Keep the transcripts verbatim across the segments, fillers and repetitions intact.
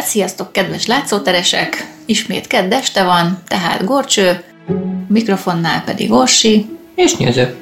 Sziasztok, kedves látszóteresek! Ismét kedd este van, tehát Gorcső, mikrofonnál pedig Orsi és Nyőző.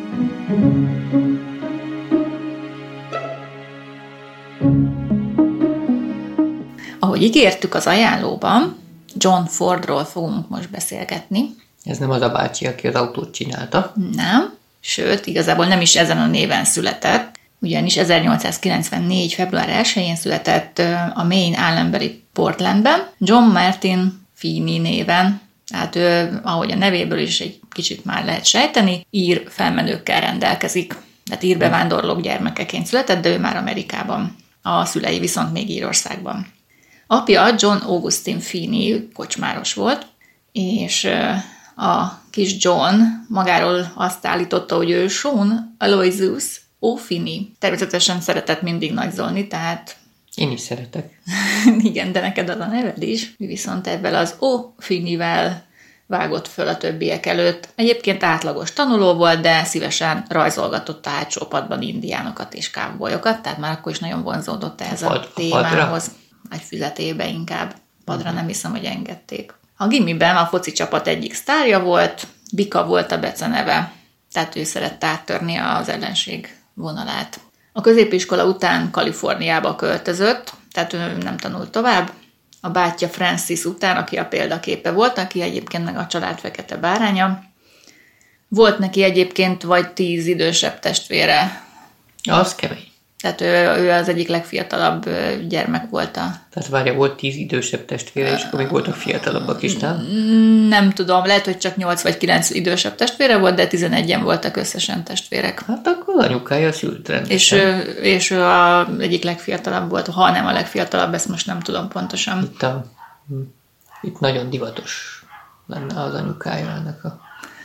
Ahogy ígértük az ajánlóban, John Fordról fogunk most beszélgetni. Ez nem az a bácsi, aki az autót csinálta? Nem, sőt, igazából nem is ezen a néven született, ugyanis ezernyolcszázkilencvennégy. február elsején született a Maine állambeli Portlandben, John Martin Feeney néven, tehát ő, ahogy a nevéből is egy kicsit már lehet sejteni, ír felmenőkkel rendelkezik. Tehát ír bevándorlók gyermekeként született, de ő már Amerikában, a szülei viszont még Írországban. Apja John Augustine Feeney kocsmáros volt, és a kis John magáról azt állította, hogy ő Sean Aloysius O'Feeney. Természetesen szeretett mindig nagyzolni, tehát... Én is szeretek. Igen, de neked az a neved is. Viszont ebben az O'Feeney-vel vágott föl a többiek előtt. Egyébként átlagos tanuló volt, de szívesen rajzolgatott a hátsó padban indiánokat és cowboyokat, tehát már akkor is nagyon vonzódott ez a, a témához. Egy füzetébe inkább. Padra nem hiszem, hogy engedték. A gimiben a foci csapat egyik sztárja volt, Bika volt a beceneve, tehát ő szerette áttörni az ellenség vonalát. A középiskola után Kaliforniába költözött, tehát ő nem tanult tovább. A bátyja Francis után, aki a példaképe volt, aki egyébként meg a család fekete báránya. Volt neki egyébként vagy tíz idősebb testvére. Az kemény. Tehát ő, ő az egyik legfiatalabb gyermek volt. A... Tehát várja, volt tíz idősebb testvére, és akkor még voltak fiatalabbak is, nem? Nem tudom, lehet, hogy csak nyolc vagy kilenc idősebb testvére volt, de tizenegyen voltak összesen testvérek. Hát akkor anyukája szült rendesen. És, és ő az egyik legfiatalabb volt, ha nem a legfiatalabb, ezt most nem tudom pontosan. Itt, a, itt nagyon divatos lenne az anyukája ennek a...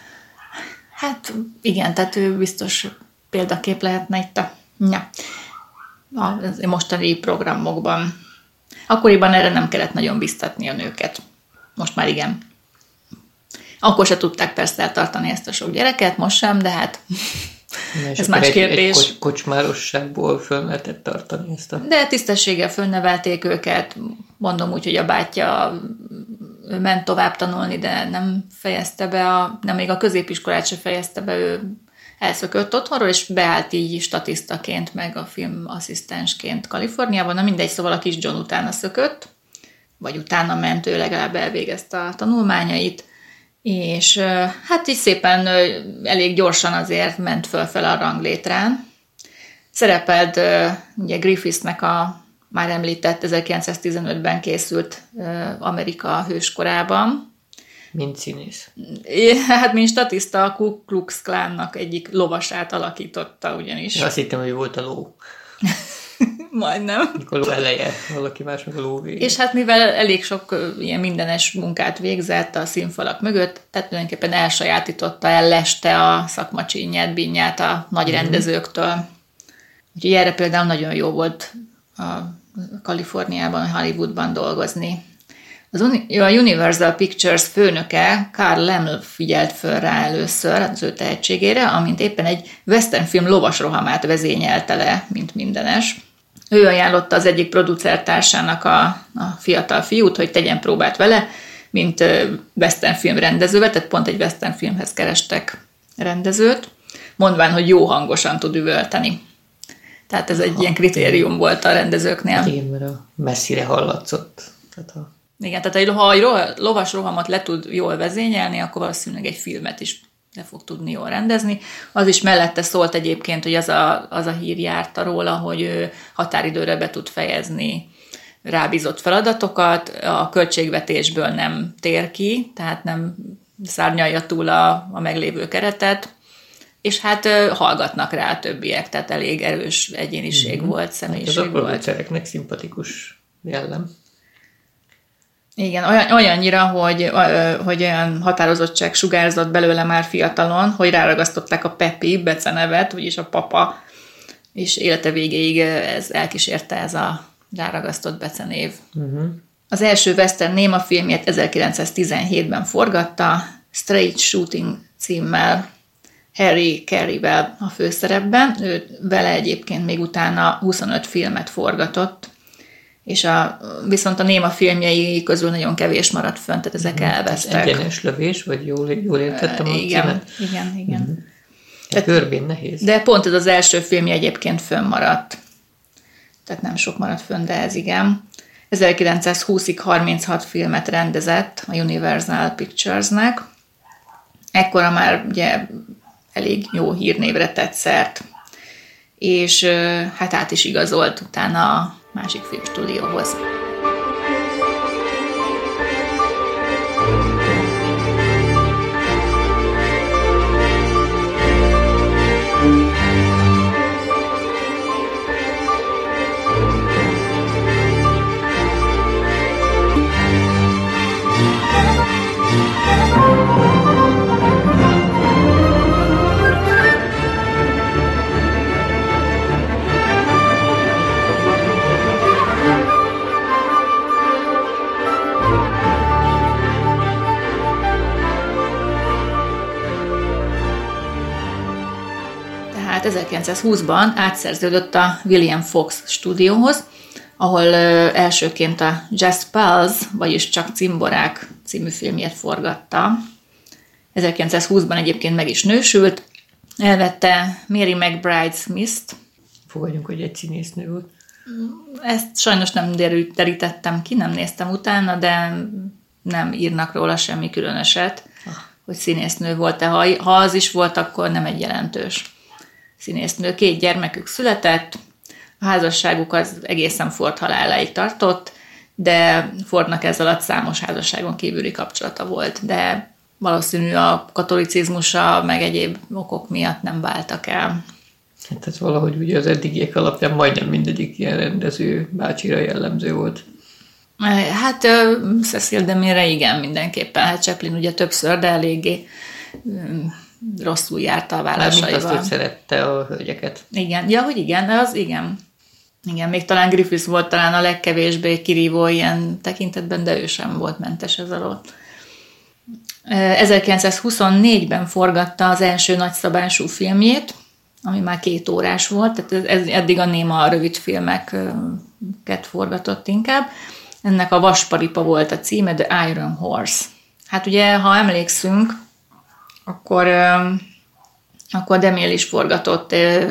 Hát igen, tehát ő biztos példakép lehetne itt a... Ja. A mostani programokban. Akkoriban erre nem kellett nagyon biztatni a nőket. Most már igen. Akkor se tudták persze eltartani ezt a sok gyereket, most sem, de hát ez más egy, kérdés. Egy kocsmárosságból föl lehetett tartani ezt a... De tisztességgel fölnevelték őket. Mondom úgy, hogy a bátyja ment tovább tanulni, de nem fejezte be, a, nem még a középiskolát se fejezte be, ő elszökött otthonról, és beállt így statisztaként, meg a filmasszisztensként Kaliforniában. Na mindegy, szóval a kis John utána szökött, vagy utána ment, ő legalább elvégezte a tanulmányait, és hát így szépen elég gyorsan azért ment fölfel a ranglétrán. Szerepelt ugye Griffithsnek a már említett ezerkilencszáztizenötben készült Amerika hőskorában. Mint színész. Hát, mint statiszta, a Ku Klux Klánnak egyik lovasát alakította ugyanis. Azt hittem, hogy volt a ló. Majdnem. Mikor ló eleje, valaki más meg a ló vége. És hát mivel elég sok ilyen mindenes munkát végzett a színfalak mögött, tehát tulajdonképpen elsajátította, elleste a szakmacsínyát, bínyát a nagy mm-hmm. rendezőktől. Úgyhogy erre például nagyon jó volt a Kaliforniában, Hollywoodban dolgozni. Az a Universal Pictures főnöke, Carl Laemmle figyelt föl rá először az ő tehetségére, amint éppen egy westernfilm lovasrohamát vezényelte le, mint mindenes. Ő ajánlotta az egyik producertársának a, a fiatal fiút, hogy tegyen próbát vele, mint westernfilm rendezővel, tehát pont egy westernfilmhez kerestek rendezőt, mondván, hogy jó hangosan tud üvölteni. Tehát ez egy ha, ilyen kritérium én, volt a rendezőknél. Igen, mert a messzire hallatszott. Tehát a... Igen, tehát ha egy lovas rohamot le tud jól vezényelni, akkor valószínűleg egy filmet is le fog tudni jól rendezni. Az is mellette szólt egyébként, hogy az a, az a hír járta róla, hogy ő határidőre be tud fejezni rábízott feladatokat, a költségvetésből nem tér ki, tehát nem szárnyalja túl a, a meglévő keretet, és hát hallgatnak rá a többiek, tehát elég erős egyéniség mm-hmm. volt, személyiség hát az volt. A producereknek szimpatikus jellem. Igen, olyan, olyannyira, hogy, hogy olyan határozottság sugárzott belőle már fiatalon, hogy ráragasztották a Pepi becenevet, vagyis a papa, és élete végéig ez elkísérte ez a ráragasztott becenév. Uh-huh. Az első western némafilmjét ezerkilencszáztizenhétben forgatta, Straight Shooting címmel, Harry Carey-vel a főszerepben. Ő vele egyébként még utána huszonöt filmet forgatott, És a, viszont a Néma filmjei közül nagyon kevés maradt fönn, tehát ezek mm, elvesztek. Egyenes lövés, vagy jól, jól értettem a igen, címet? Igen, igen. Mm. Tehát, görbén nehéz. De pont ez az első filmje egyébként fönnmaradt. Tehát nem sok maradt fönn, de ez igen. ezerkilencszázhúszig harminchat filmet rendezett a Universal Picturesnek. Ekkora már ugye elég jó hírnévre tett szert. És hát át is igazolt utána a másik filmstúdióhoz. ezerkilencszázhúszban átszerződött a William Fox stúdióhoz, ahol elsőként a Jazz Pals, vagyis Csak cimborák című filmjét forgatta. ezerkilencszázhúszban egyébként meg is nősült, elvette Mary McBride Smith-t. Fogadjunk, hogy egy színésznő volt. Ezt sajnos nem derítettem ki, nem néztem utána, de nem írnak róla semmi különöset, ah. hogy színésznő volt-e. Ha, ha az is volt, akkor nem egy jelentős színésznő. Két gyermekük született, a házasságuk az egészen Ford haláláig tartott, de Fordnak ez alatt számos házasságon kívüli kapcsolata volt, de valószínű a katolicizmusa, meg egyéb okok miatt nem váltak el. Hát ez valahogy ugye az eddigiek alapján majdnem mindegyik ilyen rendező bácsira jellemző volt. Hát Cecil DeMille igen, mindenképpen. Hát Chaplin ugye többször, de eléggé rosszul járta a vállásaival. Mint azt, hogy szerette a hölgyeket. Igen, ja, hogy igen, de az igen. Igen, még talán Griffith volt talán a legkevésbé kirívó ilyen tekintetben, de ő sem volt mentes ez alól. ezerkilencszázhuszonnégyben forgatta az első nagyszabású filmjét, ami már két órás volt, tehát ez, eddig a Néma rövid filmeket forgatott inkább. Ennek a Vasparipa volt a címe, The Iron Horse. Hát ugye, ha emlékszünk, akkor, akkor DeMille is forgatott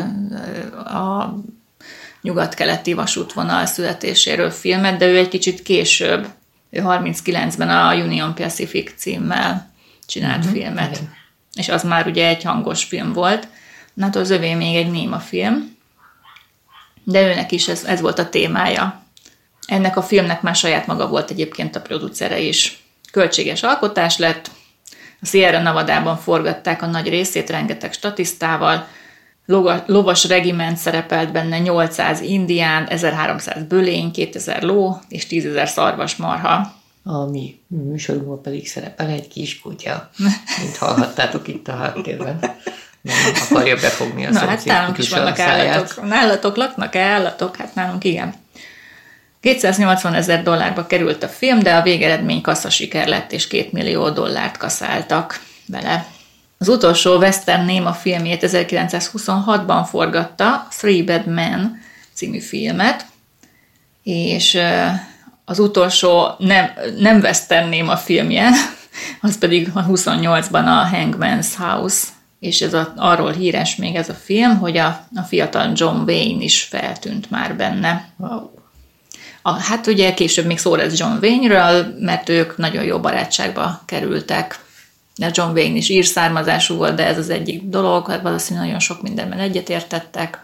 a nyugat-keleti vasútvonal születéséről filmet, de ő egy kicsit később, ő harminckilencben a Union Pacific címmel csinált uh-huh, filmet. Igen. És az már ugye egy hangos film volt. Na hát az övé még egy néma film, de őnek is ez, ez volt a témája. Ennek a filmnek már saját maga volt egyébként a producere is. Költséges alkotás lett, a Sierra Nevadában forgatták a nagy részét rengeteg statisztával, lovas regiment szerepelt benne, nyolcszáz indián, ezerháromszáz bölény, kétezer ló és tízezer szarvasmarha. A mi műsorunkban pedig szerepel egy kis kutya, mint hallhattátok itt a háttérben. Nem akarja befogni a Na, hát nálunk is vannak állatok. Nálatok laknak-e állatok? Hát nálunk igen. kétszáznyolcvan ezer dollárba került a film, de a végeredmény kasszasiker lett, és két millió dollárt kaszáltak vele. Az utolsó western néma filmjét ezerkilencszázhuszonhatban forgatta, Three Bad Men című filmet, és az utolsó nem, nem western néma filmje, az pedig a huszonnyolcban a Hangman's House, és ez a, arról híres még ez a film, hogy a, a fiatal John Wayne is feltűnt már benne. Wow. A, hát ugye később még szó lesz John Wayne-ről, mert ők nagyon jó barátságba kerültek. De John Wayne is ír származású volt, de ez az egyik dolog, hát valószínűleg nagyon sok mindenben egyetértettek,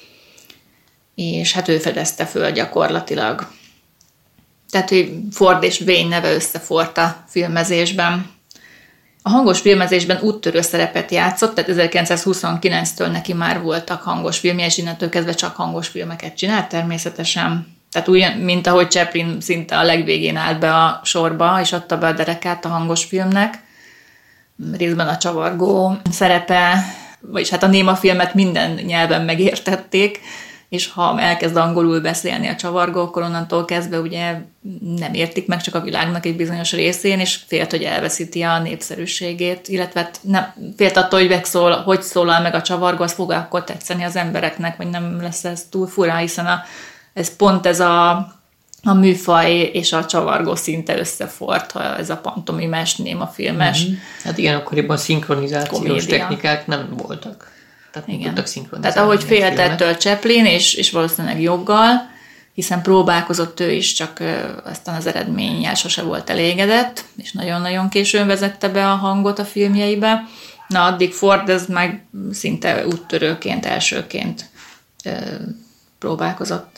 és hát ő fedezte föl gyakorlatilag. Tehát, hogy Ford és Wayne neve összeforrt a filmezésben. A hangos filmezésben úttörő szerepet játszott, tehát ezerkilencszázhuszonkilenctől neki már voltak hangos filmje, és innentől kezdve csak hangos filmeket csinált természetesen. Tehát úgy, mint ahogy Chaplin szinte a legvégén állt be a sorba, és adta be a derekát a hangos filmnek. Részben a csavargó szerepe, vagyis hát a néma filmet minden nyelven megértették, és ha elkezd angolul beszélni a csavargó, akkor onnantól kezdve ugye nem értik meg csak a világnak egy bizonyos részén, és félt, hogy elveszíti a népszerűségét, illetve nem, félt attól, hogy megszól, hogy szólal meg a csavargó, az fog akkor tetszeni az embereknek, vagy nem lesz ez túl fura, hiszen a, ez pont ez a a műfaj és a csavargó szinte összefort, ha ez a pantomimás, néma filmes. Mm-hmm. Hát igen, akkoriban szinkronizációs komédia. technikák nem voltak. Tehát nem tudtak szinkronizálni. Tehát ahogy féltettől Chaplin, és, és valószínűleg joggal, hiszen próbálkozott ő is, csak aztán az eredménnyel sose volt elégedett, és nagyon-nagyon későn vezette be a hangot a filmjeibe. Na, addig Ford ez meg szinte úttörőként, elsőként ö, próbálkozott.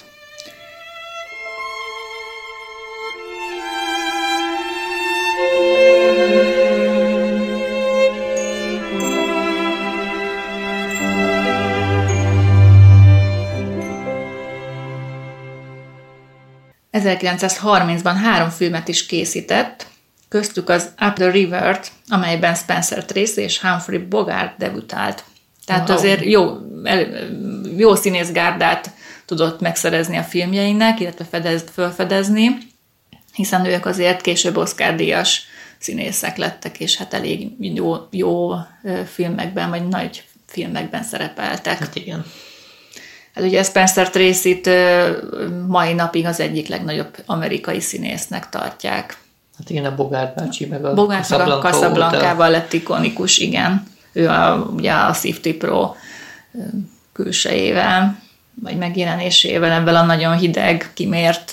ezerkilencszázharmincban három filmet is készített, köztük az Up the River-t, amelyben Spencer Tracy és Humphrey Bogart debütált. Tehát wow. azért jó, jó színészgárdát tudott megszerezni a filmjeinek, illetve fedez, felfedezni, hiszen ők azért később Oscar-díjas színészek lettek, és hát elég jó, jó filmekben, vagy nagy filmekben szerepeltek. Hát igen. Hát ugye Spencer Tracyt mai napig az egyik legnagyobb amerikai színésznek tartják. Hát igen, a Bogart bácsi, meg a Bogart meg a Casablancával lett ikonikus, igen. Ő a, ugye a Safety Pro külsejével, vagy megjelenésével, ebben a nagyon hideg, kimért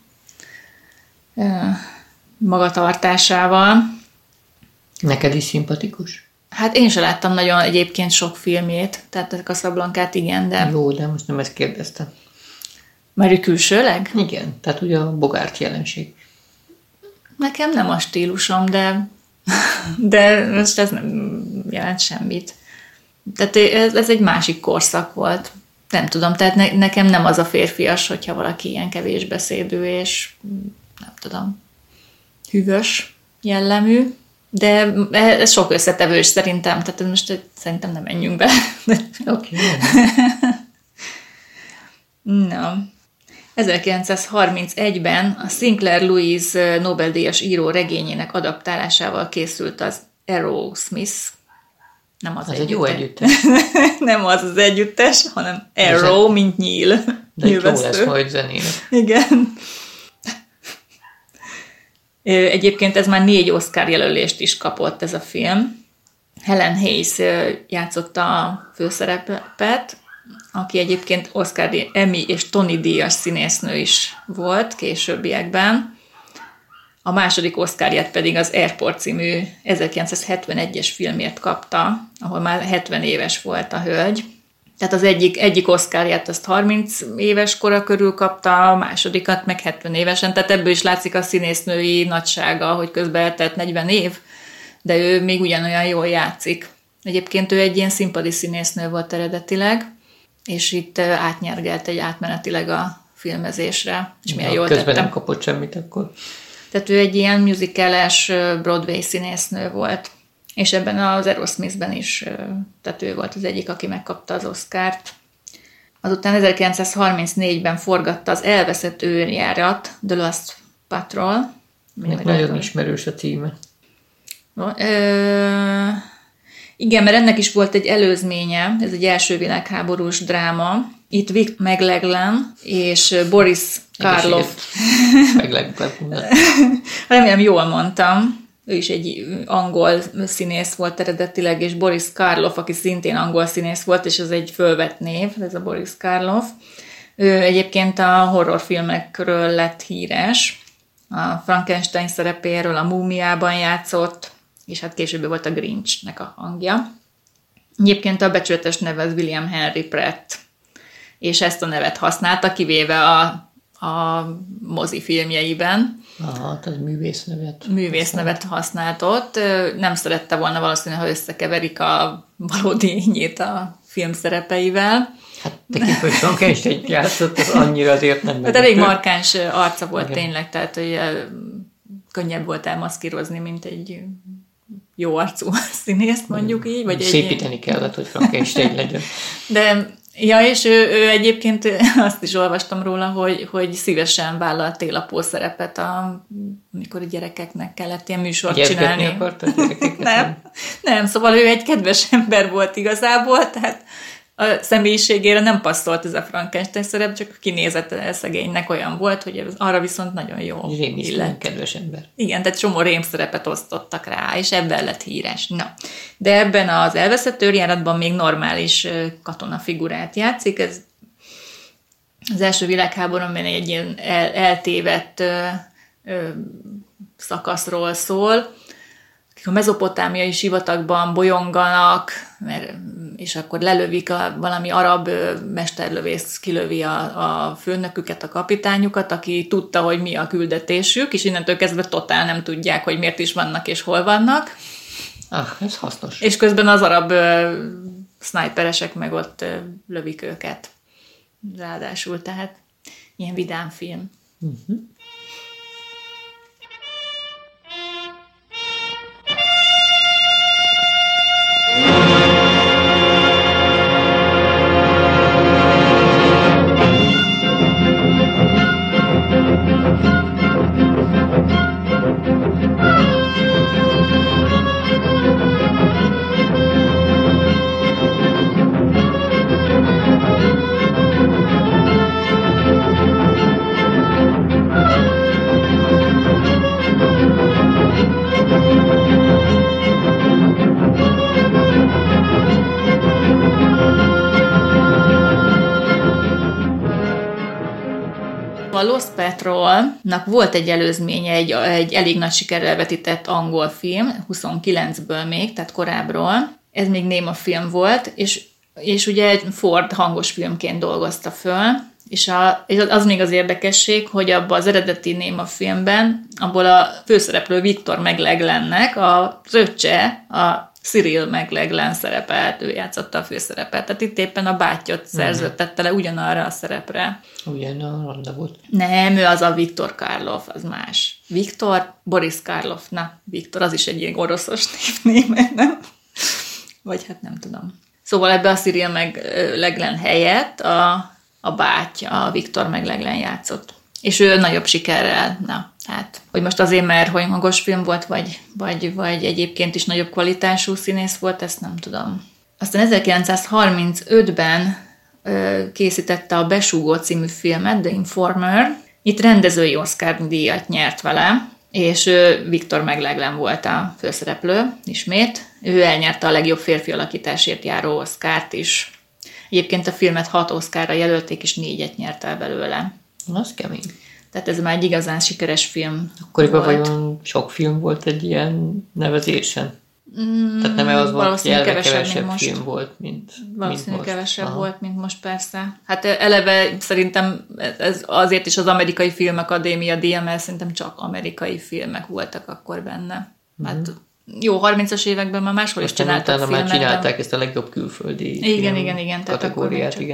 magatartásával. Neked is szimpatikus? Hát én sem láttam nagyon egyébként sok filmjét, tehát a Casablancát igen, de... Jó, de most nem ezt kérdeztem. Már ő külsőleg? Igen, tehát ugye a Bogart jelenség. Nekem nem a stílusom, de, de most ez nem jelent semmit. Tehát ez, ez egy másik korszak volt. Nem tudom, tehát ne, nekem nem az a férfias, hogyha valaki ilyen kevés beszédű és nem tudom, hűvös jellemű. De ez sok összetevős szerintem, tehát most szerintem nem menjünk be. Oké. Na. ezerkilencszázharmincegyben a Sinclair Lewis Nobel-díjas író regényének adaptálásával készült az Aerosmith. Nem az, az együttes. egy jó együttes. Nem az az együttes, hanem Arrow, ez mint nyíl. De jó lesz majd zenének. Igen. Egyébként ez már négy Oscar jelölést is kapott ez a film. Helen Hayes játszotta a főszerepet, aki egyébként Oscar, Emmy és Tony díjas színésznő is volt későbbiekben. A második Oscarját pedig az Airport című ezerkilencszázhetvenegyes filmért kapta, ahol már hetven éves volt a hölgy. Tehát az egyik, egyik Oscarját azt harminc éves kora körül kapta, a másodikat meg hetven évesen, tehát ebből is látszik a színésznői nagysága, hogy közben eltelt negyven év, de ő még ugyanolyan jól játszik. Egyébként ő egy ilyen színpadi színésznő volt eredetileg, és itt átnyergelt egy átmenetileg a filmezésre, és milyen jól közben tettem. nem kapott semmit akkor. Tehát ő egy ilyen musical-es Broadway színésznő volt. És ebben az Aerosmithben is, tehát ő volt az egyik, aki megkapta az Oscart. Azután ezerkilencszázharmincnégyben forgatta az Elveszett őrjárat, The Lost Patrol. Ennek nagyon ismerős a címe. Ö, igen, mert ennek is volt egy előzménye, ez egy első világháborús dráma. Itt Vic McLaglen és Boris Karloff. McLaglen. Remélem jól mondtam. Ő is egy angol színész volt eredetileg, és Boris Karloff, aki szintén angol színész volt, és ez egy fölvett név, ez a Boris Karloff. Ő egyébként a horrorfilmekről lett híres, a Frankenstein szerepéről, a Múmiában játszott, és hát később volt a Grinchnek a hangja. Egyébként a becsületes neve az William Henry Pratt, és ezt a nevet használta, kivéve a, a mozifilmjeiben. Aha, tehát művésznevet. Művésznevet használt ott. Nem szerette volna valószínűleg, ha összekeverik a valódi ényét a film szerepeivel. Hát tekintve, hogy Frankenstein játszott, az annyira azért nem megütő. Hát elég markáns arca volt. Igen. Tényleg, tehát hogy könnyebb volt elmaszkírozni, mint egy jó arcú színészt, mondjuk így. Vagy szépíteni egy... kellett, hogy Frankenstein legyen. De ja, és ő, ő egyébként azt is olvastam róla, hogy, hogy szívesen vállalt télapó szerepet, a, amikor a gyerekeknek kellett ilyen műsort Gyergetni csinálni. Akarta a gyerekeket? nem, nem, szóval ő egy kedves ember volt igazából, tehát a személyiségére nem passzolt ez a Frankenstein szerep, csak a kinézete szegénynek olyan volt, hogy arra viszont nagyon jó illet. Kedves ember. Igen, tehát csomó rémszerepet osztottak rá, és ebben lett híres. Na. De ebben az elveszett őrjáratban még normális katonafigurát játszik. Ez az első világháborúban egy ilyen el, eltévedt ö, ö, szakaszról szól, akik a mezopotámiai sivatagban bolyonganak, mert, és akkor lelövik a, valami arab mesterlövész, kilövi a, a főnöküket, a kapitányukat, aki tudta, hogy mi a küldetésük, és innentől kezdve totál nem tudják, hogy miért is vannak és hol vannak. Ah, ez hasznos. És közben az arab ö, sznájperesek meg ott ö, lövik őket. Ráadásul, tehát ilyen vidám film. Uh-huh. A Lost Patrolnak volt egy előzménye, egy, egy elég nagy sikerrel vetített angol film, huszonkilencből még, tehát korábbról. Ez még néma film volt, és, és ugye Ford hangos filmként dolgozta föl, és, a, és az még az érdekesség, hogy abban az eredeti néma filmben, abból a főszereplő Victor McLaglennek az öccse, a Cyril McLaglen szerepelt, ő játszotta a főszerepet. Tehát itt éppen a bátyot szerződtette le ugyanarra a szerepre. Ugyan a Randa volt. Nem, ő az a Viktor Karloff, az más. Viktor, Boris Karloff, na, Viktor, az is egy ilyen oroszos név német, nem? Vagy hát nem tudom. Szóval ebbe a Cyril McLaglen helyett a, a bátya, a Viktor McLaglen játszott. És ő nagyobb sikerrel, na, hát, hogy most azért, mert hangos film volt, vagy, vagy, vagy egyébként is nagyobb kvalitású színész volt, ezt nem tudom. Aztán ezerkilencszázharmincötben ö, készítette a Besúgó című filmet, The Informer. Itt rendezői Oscar díjat nyert vele, és ö, Viktor McLaglen volt a főszereplő ismét. Ő elnyerte a legjobb férfi alakításért járó Oscart is. Egyébként a filmet hat Oscarra jelölték, és négyet nyert el belőle. Az kemény. Tehát ez már egy igazán sikeres film. Akkoriban vajon sok film volt egy ilyen nevezésen? Mm, Tehát nem az volt, hogy eleve kevesebb most. film volt, mint, Valószínűleg mint most. kevesebb Aha. volt, mint most persze. Hát eleve szerintem ez azért is az amerikai filmakadémia díja, mert szerintem csak amerikai filmek voltak akkor benne. Hát mm. jó, harmincas években már máshol is csináltak filmet. Már csinálták ezt a legjobb külföldi igen, igen, igen, kategóriát, igen.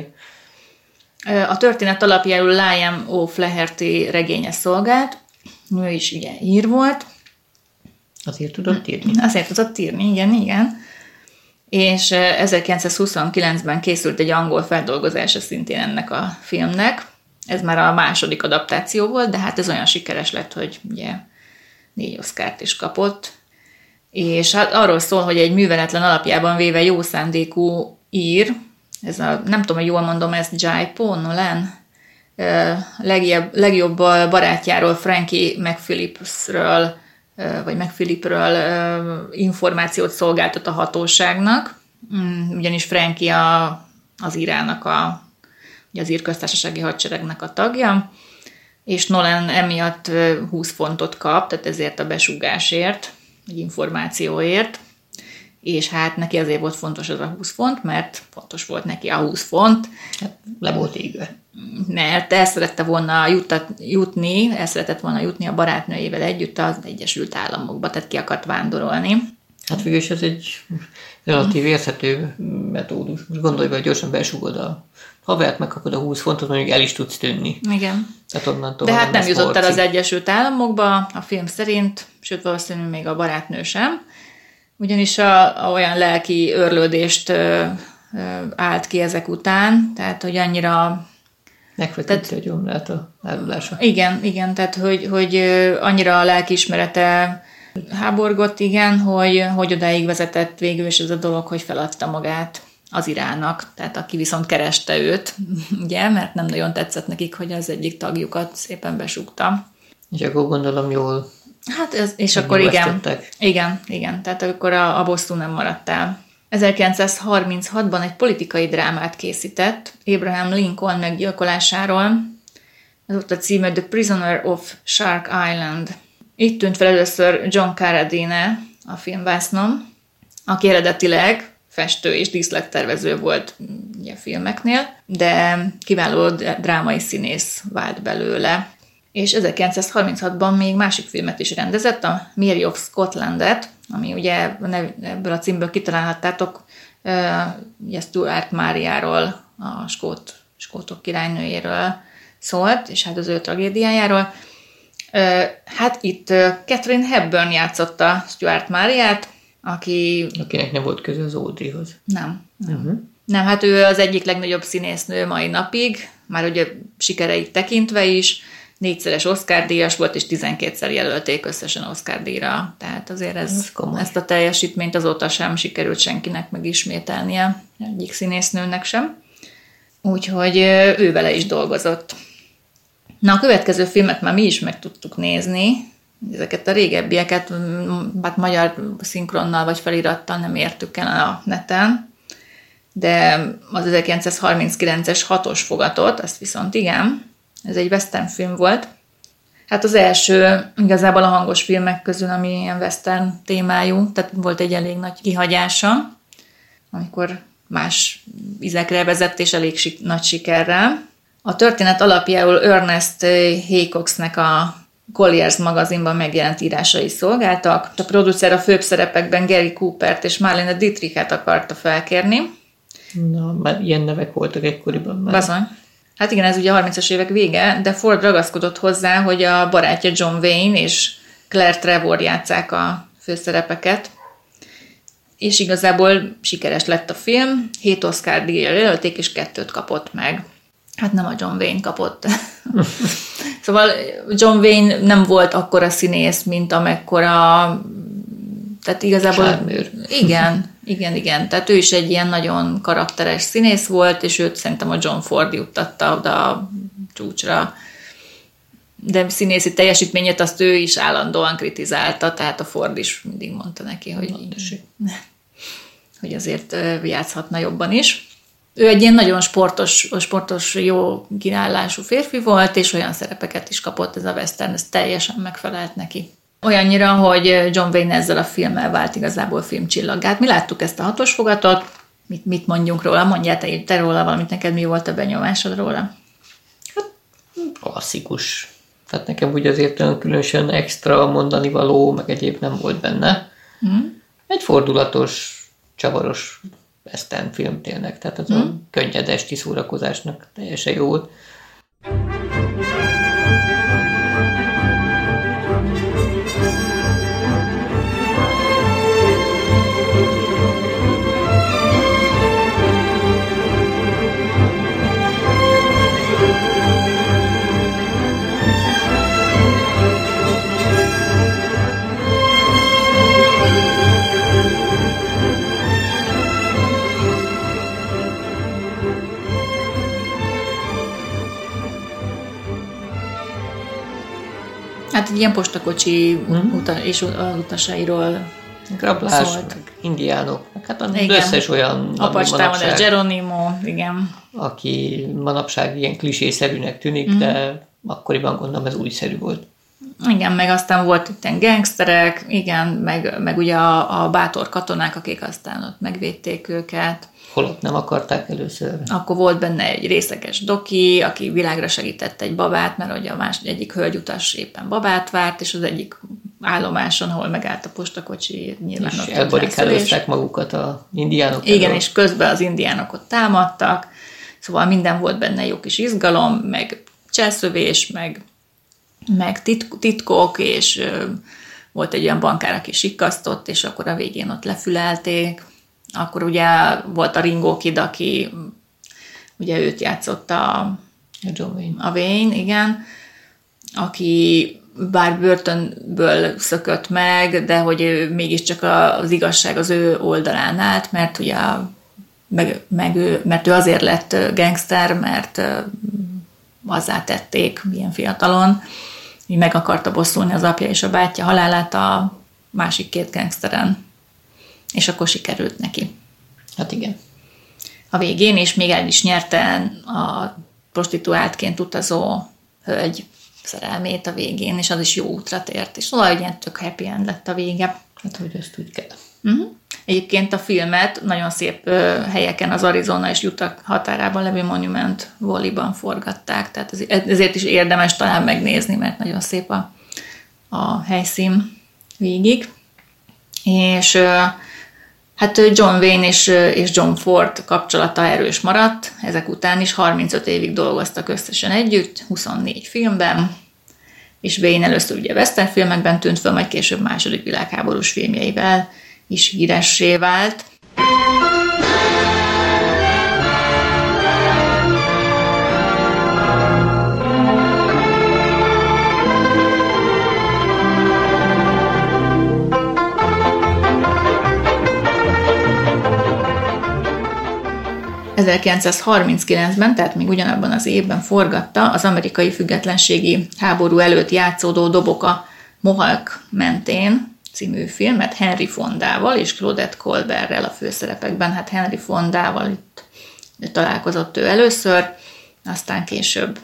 A történet alapjául Liam O'Flaherty regénye szolgált, ő is ugye ír volt. Azért tudott írni. Azért tudott írni, igen, igen. És ezerkilencszázhuszonkilencben készült egy angol feldolgozása szintén ennek a filmnek. Ez már a második adaptáció volt, de hát ez olyan sikeres lett, hogy ugye négy Oscart is kapott. És hát arról szól, hogy egy műveletlen alapjában véve jó szándékú ír, ez a, nem tudom, hogy jól mondom ezt, Jai Nolan, legjobb, legjobb barátjáról, Frankie McPhillipsről, vagy McPhillipről információt szolgáltat a hatóságnak, ugyanis Frankie a, az írának, a, az ír köztársasági hadseregnek a tagja, és Nolan emiatt húsz fontot kap, tehát ezért a besúgásért, egy információért, és hát neki azért volt fontos az a húsz font, mert fontos volt neki a húsz font. Hát le volt égve. Mert el szerette volna jutat, jutni, el szeretett volna jutni a barátnőjével együtt az Egyesült Államokba, tehát ki akart vándorolni. Hát végülis ez egy relatív érthető metódus. Most gondolj, hogy gyorsan besugod a havert, megkapod a húsz fontot, mondjuk el is tudsz tűnni. Igen. Tehát de hát nem jutott el az Egyesült Államokba a film szerint, sőt valószínűleg még a barátnő sem. Ugyanis a, a olyan lelki őrlődést ö, ö, állt ki ezek után, tehát hogy annyira... Megfetette a gyomrát a árulása. Igen, igen, tehát hogy, hogy annyira a lelkiismerete háborgott, igen, hogy, hogy odáig vezetett végül is ez a dolog, hogy feladta magát. az Iránnak, tehát aki viszont kereste őt, ugye, mert nem nagyon tetszett nekik, hogy az egyik tagjukat szépen besúgta. És akkor gondolom jól. Hát ez, és akkor igen, igen, igen, tehát akkor a, a bosszú nem maradt el. ezerkilencszázharminchatban egy politikai drámát készített Abraham Lincoln meggyilkolásáról. Ez volt a címe The Prisoner of Shark Island. Itt tűnt fel először John Carradine a filmvásznon, aki eredetileg festő és díszlettervező volt ugye, a filmeknél, de kiváló drámai színész vált belőle. És ezerkilencszázharminchatban még másik filmet is rendezett, a Mary of Scotlandet, ami ugye ebből a címből kitalálhattátok, ugye Stuart Máriáról, a skót, skótok királynőjéről szólt, és hát az ő tragédiájáról. Hát itt Catherine Hepburn játszotta Stuart Máriát, aki... Akinek nem volt köze az Audreyhoz. Nem. Nem. Uh-huh. Nem, hát ő az egyik legnagyobb színésznő mai napig, már ugye sikereit tekintve is, négyszeres Oscar-díjas volt, és tizenkétszer jelölték összesen Oscar-díjra. Tehát azért ez, ez ezt a teljesítményt azóta sem sikerült senkinek megismételnie, egyik színésznőnek sem. Úgyhogy ő vele is dolgozott. Na, a következő filmet már mi is meg tudtuk nézni. Ezeket a régebbieket, hát magyar szinkronnal vagy felirattal nem értük el a neten, de az ezerkilencszázharminckilences Hatos fogatot, azt viszont igen, ez egy western film volt. Hát az első igazából a hangos filmek közül, ami ilyen western témájú, tehát volt egy elég nagy kihagyása, amikor más ízekre vezett és elég sik- nagy sikerrel. A történet alapjául Ernest Haycoxnek a Collier's magazinban megjelent írásai szolgáltak. A producer a főbb szerepekben Gary Coopert és Marlene Dietrichet akarta felkérni. Na, már ilyen nevek voltak ekkoriban már. Bazony. Hát igen, ez ugye a harmincas évek vége, de Ford ragaszkodott hozzá, hogy a barátja John Wayne és Claire Trevor játsszák a főszerepeket. És igazából sikeres lett a film, hét Oscar díjra jelölték, és kettőt kapott meg. Hát nem a John Wayne kapott. Szóval John Wayne nem volt akkora színész, mint amekkora... Tehát igazából... Sármőr. Igen, igen, igen. Tehát ő is egy ilyen nagyon karakteres színész volt, és őt szerintem a John Ford juttatta oda a csúcsra. De színészi teljesítményét azt ő is állandóan kritizálta, tehát a Ford is mindig mondta neki, hogy, hogy azért játszhatna jobban is. Ő egy ilyen nagyon sportos, sportos, jó királlású férfi volt, és olyan szerepeket is kapott ez a western, ez teljesen megfelelt neki. Olyannyira, hogy John Wayne ezzel a filmmel vált igazából filmcsillaggá. Mi láttuk ezt a Hatos fogatot, mit, mit mondjunk róla? Mondjál te, te róla valamit, neked mi volt a benyomásod róla? Hát, klasszikus. Tehát nekem úgy azért olyan különösen extra mondani való, meg egyéb nem volt benne. Mm. Egy fordulatos, csavaros western film tényleg, tehát az mm. a könnyed esti szórakozásnak teljesen jó volt. Hát egy ilyen postakocsi mm. uta, és az utasairól Grablás, szólt. Indiánok, hát az összes olyan... Apacstámadás, Geronimo, igen. Aki manapság ilyen klisészerűnek tűnik, mm. de akkoriban gondolom ez újszerű volt. Igen, meg aztán volt itt ilyen gangsterek, igen, meg, meg ugye a, a bátor katonák, akik aztán ott megvédték őket. Holott nem akarták először. Akkor volt benne egy részeges doki, aki világra segített egy babát, mert ugye a más, egyik hölgyutas éppen babát várt, és az egyik állomáson, ahol megállt a postakocsi, nyilván és ott elbarikádozták magukat a indiánok. Igen, elől. És közben az indiánok ott támadtak, szóval minden volt benne, jó kis izgalom, meg cselszövés, meg, meg tit- titkok, és ö, volt egy olyan bankár, aki sikkasztott, és akkor a végén ott lefülelték. Akkor ugye volt a Ringo Kid, aki ugye őt játszotta a, John Wayne. a Wayne, igen, aki bár börtönből szökött meg, de hogy ő mégiscsak az igazság az ő oldalán állt, mert ugye meg, meg ő, mert ő azért lett gangster, mert azzá tették ilyen fiatalon, hogy meg akarta bosszulni az apja és a bátyja halálát a másik két gangsteren. És akkor sikerült neki. Hát igen. A végén, és még el is nyerte a prostituáltként utazó hölgy szerelmét a végén, és az is jó útra tért. És szóval ilyen tök happy end lett a vége. Hát, hogy ezt úgy kell. Uh-huh. Egyébként a filmet nagyon szép ö, helyeken, az Arizona és Utah határában levő Monument Valley-ban forgatták, tehát ezért is érdemes talán megnézni, mert nagyon szép a, a helyszín végig. És ö, hát John Wayne és, és John Ford kapcsolata erős maradt, ezek után is harmincöt évig dolgoztak összesen együtt, huszonnégy filmben, és Wayne először ugye western filmekben tűnt föl, majd később második világháborús filmjeivel is híressé vált. ezerkilencszázharminckilencben, tehát még ugyanabban az évben forgatta az amerikai függetlenségi háború előtt játszódó Dobok a Mohawk mentén című filmet Henry Fondával és Claudette Colbertrel a főszerepekben. Hát Henry Fondával itt találkozott ő először, aztán később,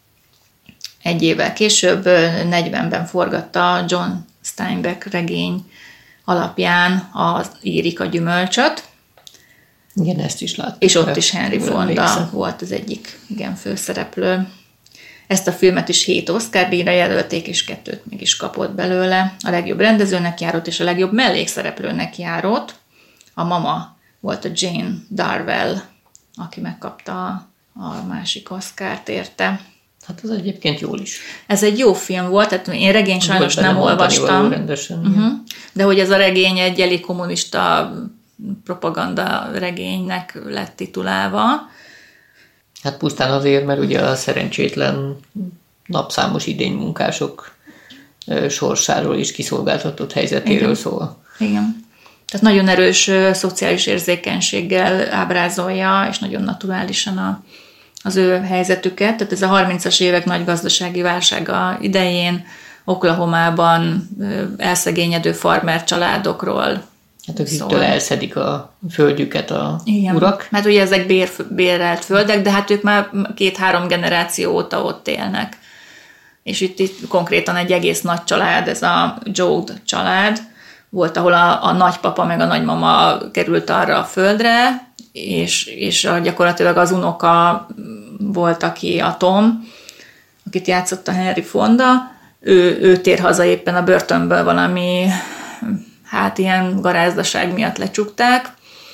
egy évvel később, negyvenben forgatta John Steinbeck regény alapján az Érik a gyümölcsöt. Igen, ezt is láttam. És ott is Henry Fonda volt az egyik igen, főszereplő. Ezt a filmet is hét Oscar-díjra jelölték, és kettőt meg is kapott belőle. A legjobb rendezőnek járót és a legjobb mellékszereplőnek járót. A mama volt a Jane Darwell, aki megkapta a másik Oscart érte. Hát az egyébként jól is. Ez egy jó film volt, tehát én regényt sajnos nem olvastam. Rendesen, uh-huh. De hogy ez a regény egy elég kommunista propaganda regénynek lett titulálva. Hát pusztán azért, mert ugye a szerencsétlen napszámos idénymunkások sorsáról és kiszolgáltatott helyzetéről Igen. szól. Igen. Tehát nagyon erős szociális érzékenységgel ábrázolja, és nagyon naturálisan a, az ő helyzetüket. Tehát ez a harmincas évek nagy gazdasági válsága idején Oklahomában elszegényedő farmer családokról. Hát akiktől elszedik a földjüket a Igen. urak. Mert ugye ezek bér, bérelt földek, de hát ők már két-három generáció óta ott élnek. És itt, itt konkrétan egy egész nagy család, ez a Joad család volt, ahol a, a nagypapa meg a nagymama került arra a földre, és, és a, gyakorlatilag az unoka volt, aki a Tom, akit játszott a Henry Fonda. Ő, ő tér haza éppen a börtönből valami... hát ilyen garázdaság miatt lecsukták,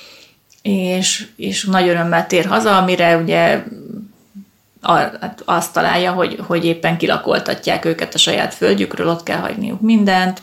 és, és nagy örömmel tér haza, amire ugye azt találja, hogy, hogy éppen kilakoltatják őket a saját földjükről, ott kell hagyniuk mindent,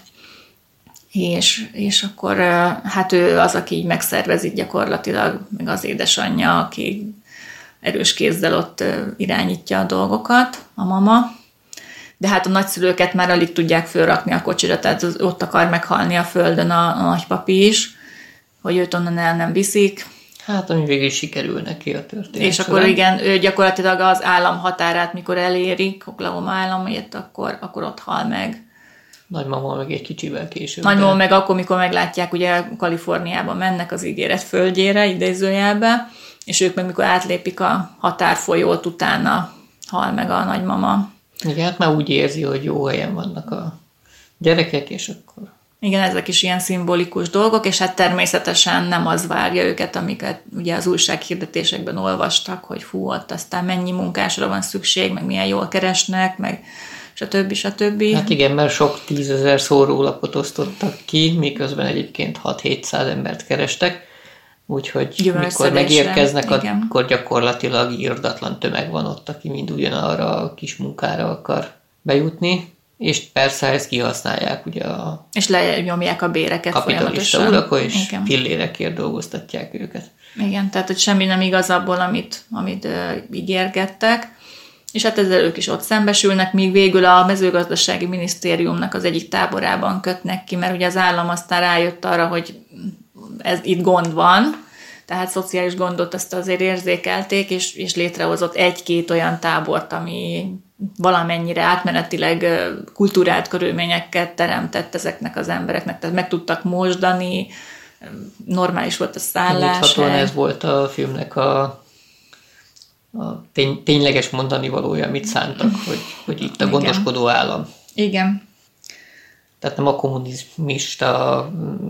és, és akkor hát ő az, aki így megszervezi gyakorlatilag, meg az édesanyja, aki erős kézzel ott irányítja a dolgokat, a mama. De hát a nagyszülőket már alig tudják fölrakni a kocsira, tehát ott akar meghalni a földön a, a nagypapi is, hogy őt onnan el nem viszik. Hát, ami végül sikerül neki a történet. És akkor igen, ő gyakorlatilag az állam határát, mikor elérik, Oklahoma államért, akkor, akkor ott hal meg. Nagymama meg egy kicsivel később. Nagymama de... meg akkor, mikor meglátják, ugye Kaliforniába mennek az ígéret földjére, idézőjelbe, és ők meg mikor átlépik a határfolyót, utána hal meg a nagymama. Igen, hát már úgy érzi, hogy jó helyen vannak a gyerekek, és akkor... Igen, ezek is ilyen szimbolikus dolgok, és hát természetesen nem az várja őket, amiket ugye az újsághirdetésekben olvastak, hogy fú, ott aztán mennyi munkásra van szükség, meg milyen jól keresnek, meg stb. stb. Hát igen, mert sok tízezer szórólapot osztottak ki, miközben egyébként hat-hétszáz embert kerestek, úgyhogy mikor megérkeznek, igen. Akkor gyakorlatilag írdatlan tömeg van ott, aki mind ugyanarra a kis munkára akar bejutni, és persze ezt kihasználják ugye a... És lenyomják a béreket kapitalista urak, és igen. Fillérekért dolgoztatják őket. Igen, tehát hogy semmi nem igaz abból, amit, amit uh, ígérgettek, és hát ezzel ők is ott szembesülnek, míg végül a mezőgazdasági minisztériumnak az egyik táborában kötnek ki, mert ugye az állam aztán rájött arra, hogy ez itt gond van, tehát szociális gondot azt azért érzékelték, és, és létrehozott egy-két olyan tábort, ami valamennyire átmenetileg kultúrált körülményeket teremtett ezeknek az embereknek, tehát meg tudtak mosdani, normális volt a szállás. Nyithatóan ez volt a filmnek a, a tény, tényleges mondani valója, amit szántak, hogy, hogy itt a gondoskodó állam. Igen. Tehát nem a kommunizmista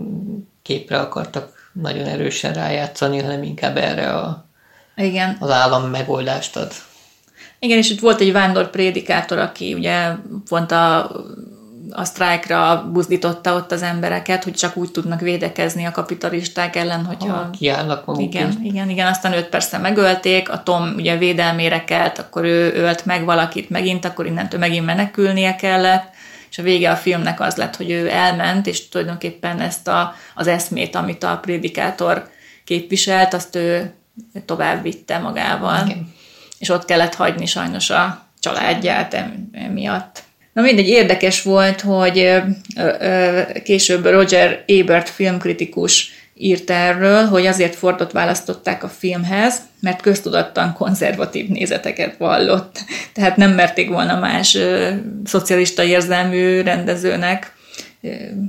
képre akartak nagyon erősen rájátszani, hanem inkább erre a, Igen. az állam megoldást ad. Igen, és itt volt egy vándor prédikátor, aki ugye pont a, a sztrájkra buzdította ott az embereket, hogy csak úgy tudnak védekezni a kapitalisták ellen, hogyha... Ha kiállnak magukért. Igen, igen, igen, aztán őt persze megölték, a Tom ugye védelmére kelt, akkor ő ölt meg valakit megint, akkor innentől megint menekülnie kellett, és a vége a filmnek az lett, hogy ő elment, és tulajdonképpen ezt a, az eszmét, amit a prédikátor képviselt, azt ő tovább vitte magával. Igen. És ott kellett hagyni sajnos a családját emiatt. Na mindegy, érdekes volt, hogy ö, ö, később Roger Ebert filmkritikus írt erről, hogy azért Fordot választották a filmhez, mert köztudattan konzervatív nézeteket vallott. Tehát nem merték volna más ö, szocialista érzelmű rendezőnek ö,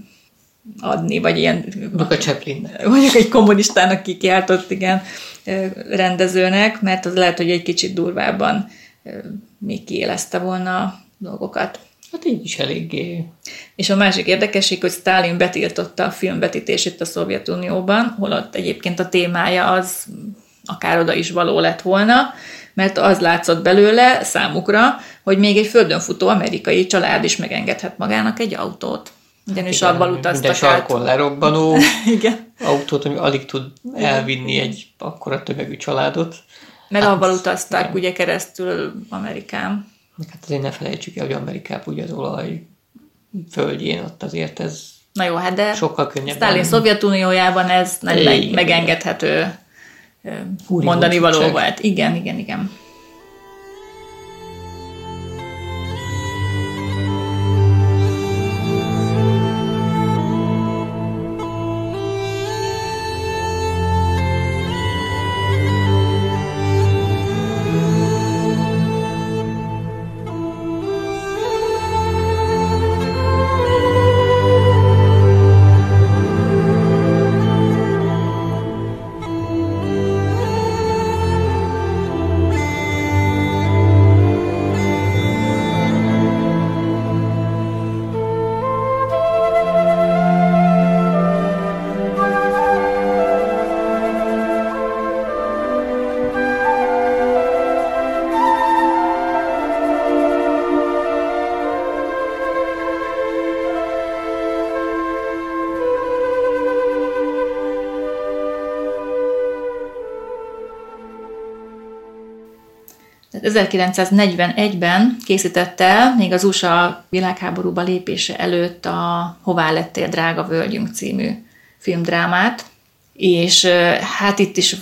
adni, vagy ilyen... Vagy a Chaplinnek. Vagy egy kommunistának kikiáltott, igen, rendezőnek, mert az lehet, hogy egy kicsit durvábban még kiélezte volna a dolgokat. Hát így is eléggé. És a másik érdekesség, hogy Sztálin betiltotta a filmvetítését a Szovjetunióban, holott egyébként a témája az akár oda is való lett volna, mert az látszott belőle számukra, hogy még egy földön futó amerikai család is megengedhet magának egy autót. Ugyanis igen, abban utaztak minden sarkon át. Lerobbanó igen. autót, ami alig tud elvinni egy akkora tömegű családot. Mert hát, abban utaztak igen. ugye keresztül Amerikán. Hát azért ne felejtsük el, hogy Amerikában ugye az olaj földjén ott azért ez na jó, hát de sokkal könnyebb. Sztálin Szovjetuniójában ez nem igen. megengedhető Húri mondani való volt. Igen, igen, igen. ezerkilencszáznegyvenegyben készítette el, még az u es á világháborúba lépése előtt a Hová lettél, drága völgyünk című filmdrámát, és hát itt is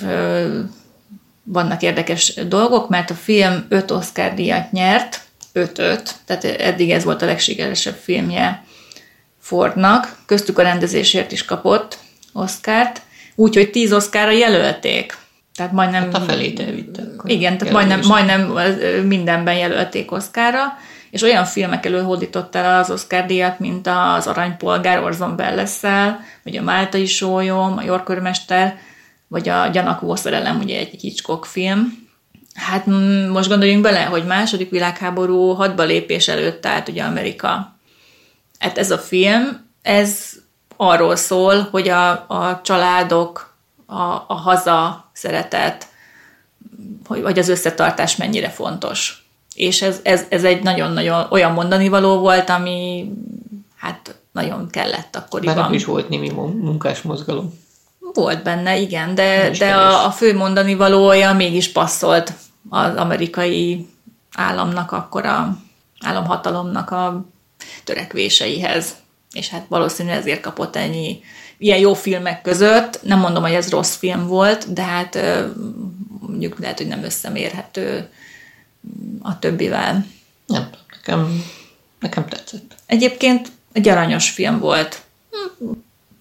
vannak érdekes dolgok, mert a film öt Oscar-díjat nyert, öt-öt, tehát eddig ez volt a legsikeresebb filmje Fordnak, köztük a rendezésért is kapott Oscart, úgyhogy tíz Oscarra jelölték. Tehát majdnem... Hát a felét elvittek. Igen, tehát majdnem, majdnem mindenben jelölték Oscarra, és olyan filmek elől hódított el az Oscar-díjat, mint az Aranypolgár Orson Welles-szel, vagy a Máltai sólyom, a Yorkörmester, vagy a Gyanakvó szerelem, ugye egy Hitchcock film. Hát most gondoljunk bele, hogy második világháború hadba lépés előtt állt ugye Amerika. Hát ez a film, ez arról szól, hogy a, a családok, a, a haza szeretet, vagy az összetartás mennyire fontos. És ez, ez, ez egy nagyon-nagyon olyan mondani való volt, ami hát nagyon kellett akkoriban. Bár is volt némi munkás mozgalom. Volt benne, igen, de, de a, a fő mondani valója mégis passzolt az amerikai államnak, akkor a államhatalomnak a törekvéseihez. És hát valószínűleg ezért kapott ennyi ilyen jó filmek között. Nem mondom, hogy ez rossz film volt, de hát mondjuk lehet, hogy nem összemérhető a többivel. Nem, nekem, nekem tetszett. Egyébként egy aranyos film volt.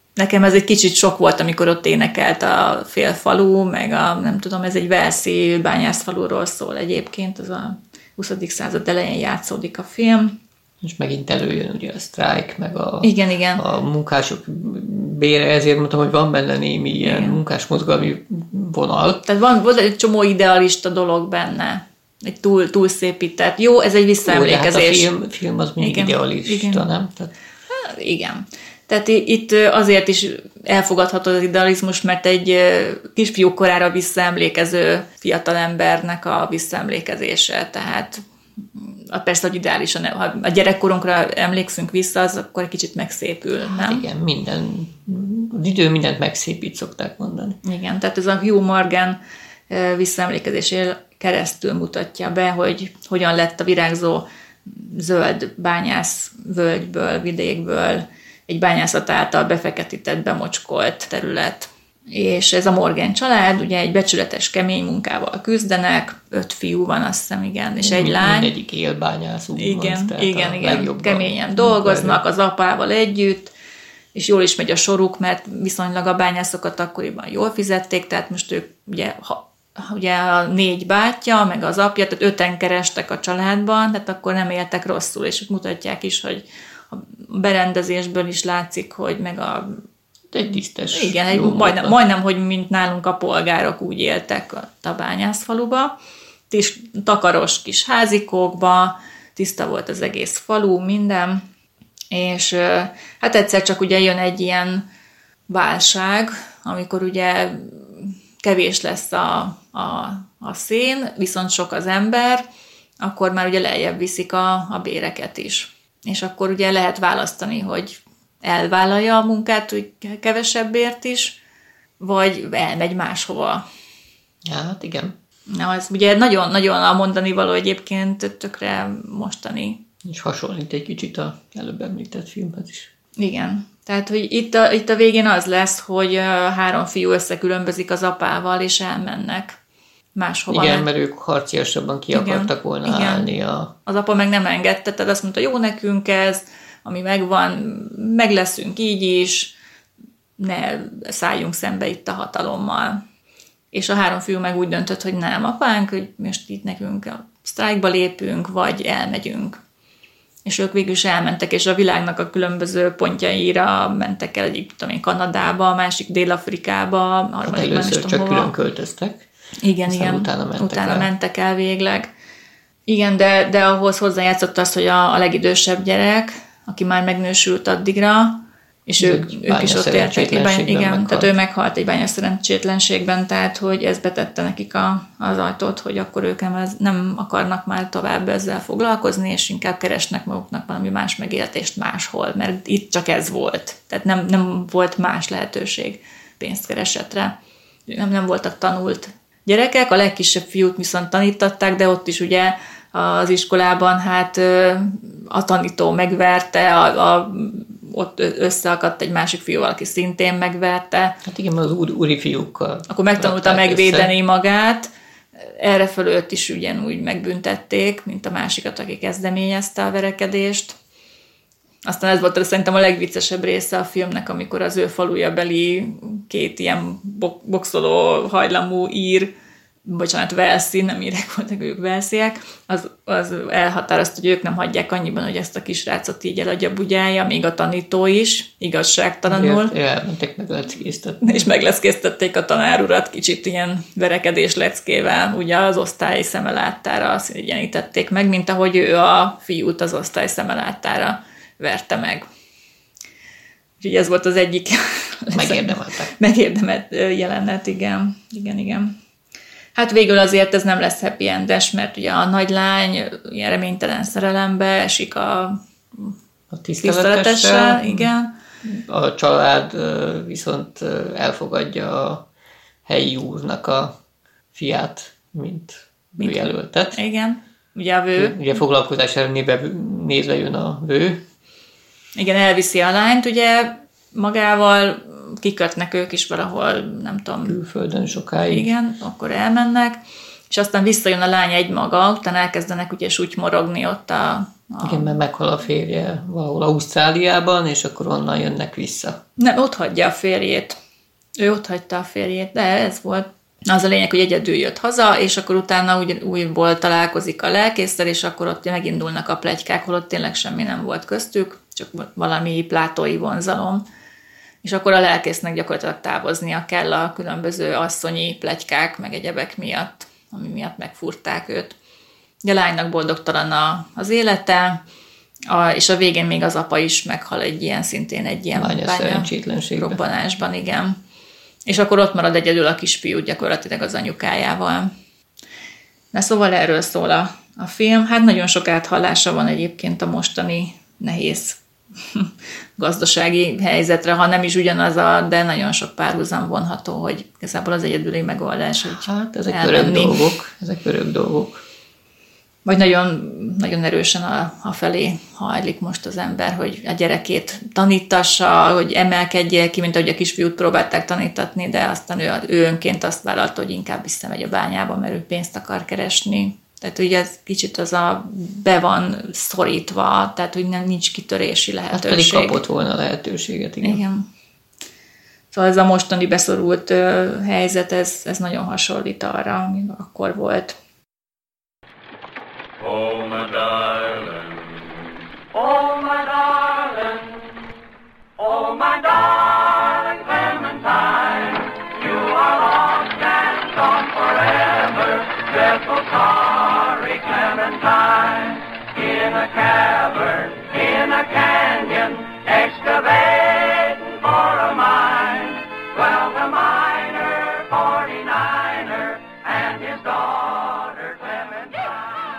nekem ez egy kicsit sok volt, amikor ott énekelt a félfalu, meg a, nem tudom, ez egy velszi bányászfaluról szól egyébként, az a huszadik század elején játszódik a film. És megint előjön ugye a sztrájk, meg a, igen, igen. a munkások bére, ezért mondtam, hogy van benne némi ilyen igen. munkásmozgalmi vonal. Tehát van, van egy csomó idealista dolog benne. Egy túl, túl szépített. Jó, ez egy visszaemlékezés. Jó, hát a film, film az mindig igen, idealista, igen. nem? Tehát... Hát, igen. Tehát itt azért is elfogadható az idealizmus, mert egy kisfiú korára visszaemlékező fiatalembernek a visszaemlékezése. Tehát persze, hogy ideálisan, ha a gyerekkorunkra emlékszünk vissza, az akkor egy kicsit megszépül, nem? Hát igen, minden, az idő mindent megszépít, szokták mondani. Igen, tehát ez a Hugh Morgan visszaemlékezésén keresztül mutatja be, hogy hogyan lett a virágzó zöld bányász völgyből, vidékből egy bányászat által befeketített, bemocskolt terület. És ez a Morgan család, ugye egy becsületes, kemény munkával küzdenek, öt fiú van, azt hiszem, igen, és egy lány. Mindegyik élbányászú. Igen, van, igen, igen, keményen dolgoznak az apával együtt, és jól is megy a soruk, mert viszonylag a bányászokat akkoriban jól fizették, tehát most ők ugye, ha, ugye a négy bátyja, meg az apja, tehát öten kerestek a családban, tehát akkor nem éltek rosszul, és mutatják is, hogy a berendezésből is látszik, hogy meg a egy tisztes. Igen, egy, majdnem, majdnem, hogy mint nálunk a polgárok úgy éltek a bányászfaluba. Tis, takaros kis házikókba, tiszta volt az egész falu, minden. És hát egyszer csak ugye jön egy ilyen válság, amikor ugye kevés lesz a, a, a szén, viszont sok az ember, akkor már ugye lejjebb viszik a, a béreket is. És akkor ugye lehet választani, hogy elvállalja a munkát, hogy kevesebbért is, vagy elmegy máshova. Ja, hát igen. Na, ez ugye nagyon-nagyon a mondani való egyébként tökre mostani. És hasonlít egy kicsit az előbb említett filmhez is. Igen. Tehát, hogy itt a, itt a végén az lesz, hogy három fiú összekülönbözik az apával, és elmennek máshova. Igen, mert ők harciasabban ki igen, akartak volna igen. állni. A... Az apa meg nem engedte, tehát azt mondta, jó nekünk ez, ami megvan, meg leszünk így is, ne szálljunk szembe itt a hatalommal. És a három fiú meg úgy döntött, hogy nem, apánk, hogy most itt nekünk a sztrájkba lépünk, vagy elmegyünk. És ők végül is elmentek, és a világnak a különböző pontjaira mentek el, egyik tudom én, Kanadába, a másik Dél-Afrikába, a harmadikban hát is tudom csak hova. Külön költöztek. Igen, igen. Utána mentek, utána el. mentek el végleg. Igen, de, de ahhoz hozzájátszott az, hogy a, a legidősebb gyerek, aki már megnősült addigra, és ők, ők is ott éltek. Igen, tehát ő meghalt egy bányás szerencsétlenségben, tehát hogy ez betette nekik a, az ajtót, hogy akkor ők nem, nem akarnak már tovább ezzel foglalkozni, és inkább keresnek maguknak valami más megélhetést máshol, mert itt csak ez volt. Tehát nem, nem volt más lehetőség pénzkeresetre. Nem, nem voltak tanult gyerekek, a legkisebb fiút viszont tanítatták, de ott is ugye az iskolában hát a tanító megverte, a, a, ott összeakadt egy másik fiú, aki szintén megverte. Hát igen, az úri, úri fiúkkal. Akkor megtanulta megvédeni össze. magát, erre fölött is ugyanúgy megbüntették, mint a másikat, aki kezdeményezte a verekedést. Aztán ez volt szerintem a legviccesebb része a filmnek, amikor az ő faluja beli két ilyen boxoló hajlamú ír, bocsánat, velszi, nem írek voltak, ők velsziek, az, az elhatározta, hogy ők nem hagyják annyiban, hogy ezt a kisrácot így eladjabugyálja, még a tanító is, igazságtalanul. Elmentek megleckéztetni. És megleckéztették a tanár urat kicsit ilyen verekedés leckével, ugye az osztály szemeláttára szégyenítették meg, mint ahogy ő a fiút az osztály szemeláttára verte meg. Úgyhogy ez volt az egyik megérdemeltek. megérdemelt jelenet, igen. Igen, igen. Hát végül azért ez nem lesz happy endes, mert ugye a nagylány ilyen reménytelen szerelembe esik a, a tiszteletessel. Igen. A család viszont elfogadja a helyi úrnak a fiát, mint ő jelöltet. Igen. Ugye a vő. Ugye foglalkozására nézve jön a vő. Igen, elviszi a lányt, ugye magával, kikötnek ők is valahol, nem tudom. Külföldön sokáig. Igen, akkor elmennek, és aztán visszajön a lány egymaga, utána elkezdenek ugye súgy morogni ott a A... Igen, mert meghal a férje valahol Ausztráliában, és akkor onnan jönnek vissza. Nem, ott hagyja a férjét. Ő ott hagyta a férjét, de ez volt. Az a lényeg, hogy egyedül jött haza, és akkor utána úgy, újból találkozik a lelkésszel, és akkor ott megindulnak a pletykák, holott tényleg semmi nem volt köztük, csak valami plátói vonzalom. És akkor a lelkésznek gyakorlatilag távoznia kell a különböző asszonyi pletykák, meg egyebek miatt, ami miatt megfúrták őt. A lánynak boldogtalan a, az élete, a, és a végén még az apa is meghal egy ilyen, szintén egy ilyen bánya robbanásban, igen. És akkor ott marad egyedül a kisfiú gyakorlatilag az anyukájával. Na szóval erről szól a, a film. Hát nagyon sok áthallása van egyébként a mostani nehéz gazdasági helyzetre, ha nem is ugyanaz a, de nagyon sok párhuzam vonható, hogy igazából az egyedüli megoldás, hogy hát ezek örök dolgok, ezek örök dolgok. Vagy nagyon, nagyon erősen a, a felé hajlik most az ember, hogy a gyerekét tanítassa, hogy emelkedjél ki, mint ahogy a kisfiút próbálták tanítatni, de aztán ő, ő önként azt vállalta, hogy inkább visszamegy a bányába, mert ő pénzt akar keresni. Tehát ugye ez kicsit az a be van szorítva, tehát hogy nem, nincs kitörési lehetőség. Hát pedig kapott volna lehetőséget, igen. igen. Szóval ez a mostani beszorult ö, helyzet, ez, ez nagyon hasonlít arra, ami akkor volt. Oh, my darling, oh, my darling, oh, my darling Clementine, you are lost and gone forever, dreadful sorry Clementine, in a cavern, in a canyon, excavating for a mine, dwelt a miner, forty-niner, and his daughter Clementine.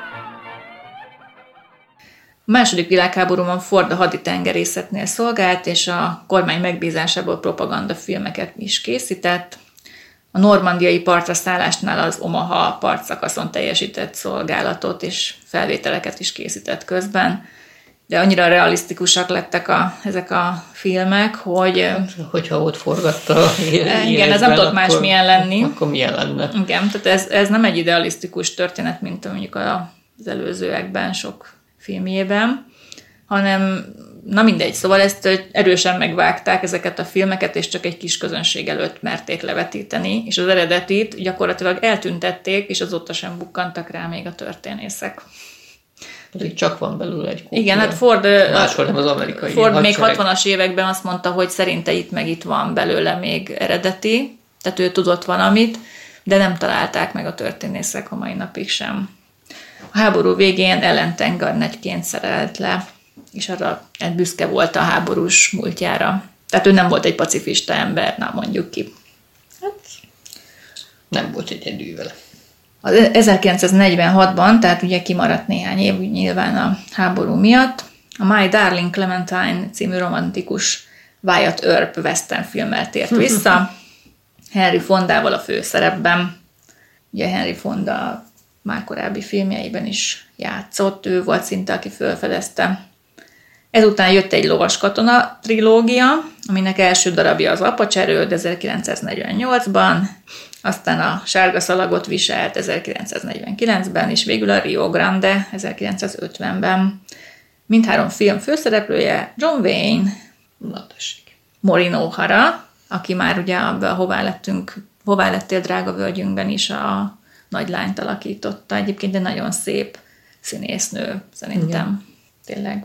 A második világháborúban Ford a haditengerészetnél szolgált, és a kormány megbízásából propagandafilmeket is készített. A normandiai partra szállásnál az Omaha partszakaszon teljesített szolgálatot, és felvételeket is készített közben. De annyira realisztikusak lettek a, ezek a filmek, hogy... Hogyha ott forgatta életben, igen, ez nem tudott más milyen lenni. Akkor milyen lenne. Igen, tehát ez, ez nem egy idealisztikus történet, mint mondjuk az előzőekben sok filmjében, hanem, na mindegy, szóval ezt erősen megvágták ezeket a filmeket, és csak egy kis közönség előtt merték levetíteni, és az eredetit gyakorlatilag eltüntették, és azóta sem bukkantak rá még a történészek. Pedig csak van belőle egy kópia. Igen, hát Ford, máshol nem az amerikai Ford hadsereg. még hatvanas években azt mondta, hogy szerinte itt meg itt van belőle még eredeti, tehát ő tudott valamit, de nem találták meg a történészek a mai napig sem. A háború végén Ellen tengernagyként szerelt le, és arra büszke volt a háborús múltjára. Tehát ő nem volt egy pacifista ember, na mondjuk ki. Hát, nem volt egyedül vele. Az ezerkilencszáznegyvenhatban, tehát ugye kimaradt néhány év nyilván a háború miatt, a My Darling Clementine című romantikus Wyatt Earp western filmmel tért vissza, Henry Fondával a főszerepben. Ugye Henry Fonda már korábbi filmjeiben is játszott, ő volt szinte, aki felfedezte. Ezután jött egy lovas katona trilógia, aminek első darabja az Apacserőd ezerkilencszáznegyvennyolcban, aztán a Sárga szalagot viselt ezerkilencszáznegyvenkilencben, és végül a Rio Grande ezerkilencszázötvenben. Mindhárom film főszereplője John Wayne, Na tessék. Maureen O'Hara, aki már ugye abban Hová lettünk, Hová lettél drága völgyünkben is a nagy lányt alakította. Egyébként egy nagyon szép színésznő, szerintem. Igen. Tényleg.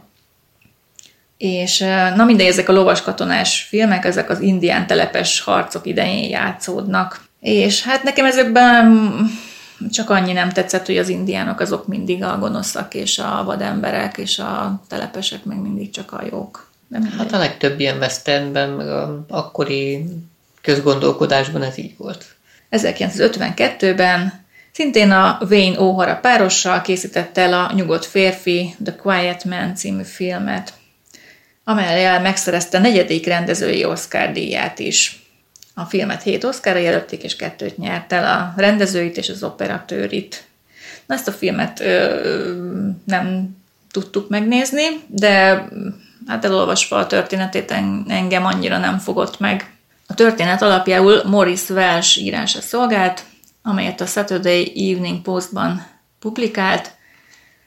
És na mindegy, ezek a lovaskatonás filmek, ezek az indián telepes harcok idején játszódnak. És hát nekem ezekben csak annyi nem tetszett, hogy az indiánok azok mindig a gonoszak, és a vademberek, és a telepesek meg mindig csak a jók. Hát a legtöbb ilyen westernben, meg a akkori közgondolkodásban ez így volt. ezerkilencszázötvenkettőben szintén a Wayne O'Hara párossal készítette el a Nyugodt férfi, The Quiet Man című filmet, amelyel megszerezte a negyedik rendezői Oscar díját is. A filmet hét Oscarra jelölték, és kettőt nyert el, a rendezőit és az operatőrit. Na, ezt a filmet ö, nem tudtuk megnézni, de hát elolvasva a történetét engem annyira nem fogott meg. A történet alapjául Maurice Welch írása szolgált, amelyet a Saturday Evening Postban publikált,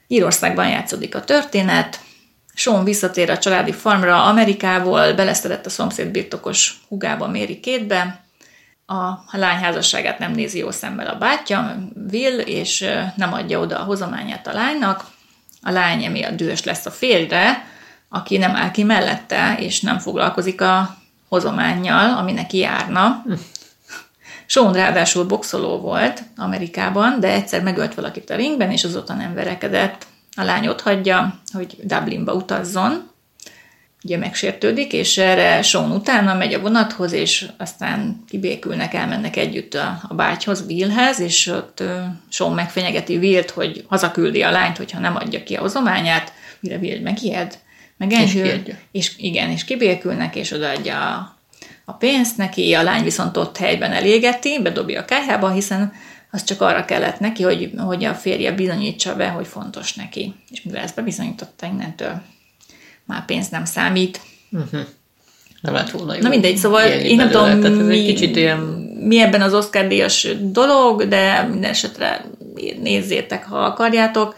Írországban játszódik a történet. Sean visszatér a családi farmra Amerikából, beleszedett a szomszéd birtokos húgába, Mary Kate-be. A lány házasságát nem nézi jó szemmel a bátyja, Will, és nem adja oda a hozományát a lánynak. A lány emiatt dühös lesz a férjre, aki nem áll ki mellette, és nem foglalkozik a hozománnyal, ami neki járna. Sean ráadásul boxoló volt Amerikában, de egyszer megölt valakit a ringben, és azóta nem verekedett. A lány ott hagyja, hogy Dublinba utazzon. Ugye megsértődik, és erre Sean utána megy a vonathoz, és aztán kibékülnek, elmennek együtt a, a bátyhoz, Willhez, és ott uh, Sean megfenyegeti Willt, hogy hazaküldi a lányt, hogyha nem adja ki a hozományát, mire Will megijed, megenyhül, és, és igen, és kibékülnek, és odaadja a, a pénzt neki, a lány viszont ott helyben elégeti, bedobja a kályhába, hiszen az csak arra kellett neki, hogy, hogy a férje bizonyítsa be, hogy fontos neki. És mivel ezt bebizonyította, innentől már pénz nem számít. Uh-huh. Nem lett volna jó. Na mindegy, szóval én nem belőle. tudom, mi, kicsit ilyen... mi ebben az Oscar-díjas dolog, de minden esetre nézzétek, ha akarjátok.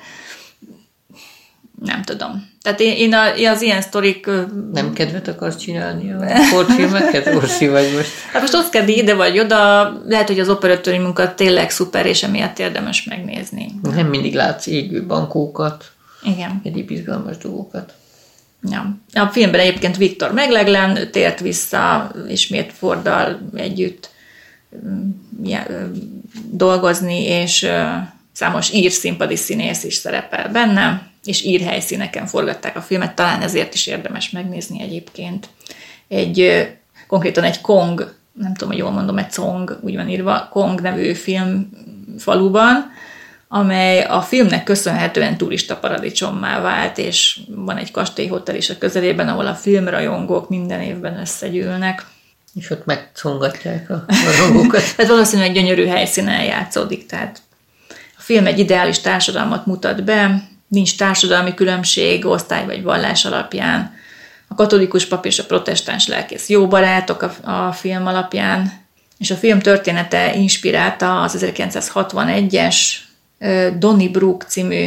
Nem tudom. Tehát én, én, a, én az ilyen sztorik... Nem kedvet akarsz csinálni a sportfilmeket? Orsi vagy most? Hát most Oscar-díj ide vagy oda, lehet, hogy az operatőri munka tényleg szuper, és emiatt érdemes megnézni. Nem mindig látsz égő bankókat, igen. egyéb izgalmas dolgokat. Ja. A filmben egyébként Victor McLaglen tért vissza ismét Forddal együtt ja, dolgozni, és számos ír színpadi színész is szerepel benne, és ír helyszíneken forgatták a filmet, talán ezért is érdemes megnézni egyébként. Egy, konkrétan egy Kong, nem tudom, hogy jól mondom, egy Cong, úgy van írva, Kong nevű film faluban, amely a filmnek köszönhetően turista paradicsommá vált, és van egy kastélyhotel is a közelében, ahol a filmrajongók minden évben összegyűlnek. És ott megcongatják a rajongókat. Tehát valószínűleg gyönyörű helyszínen játszódik, tehát a film egy ideális társadalmat mutat be, nincs társadalmi különbség osztály vagy vallás alapján. A katolikus pap és a protestáns lelkész jó barátok a, a film alapján, és a film története inspirálta az ezerkilencszázhatvanegyes Donnybrook című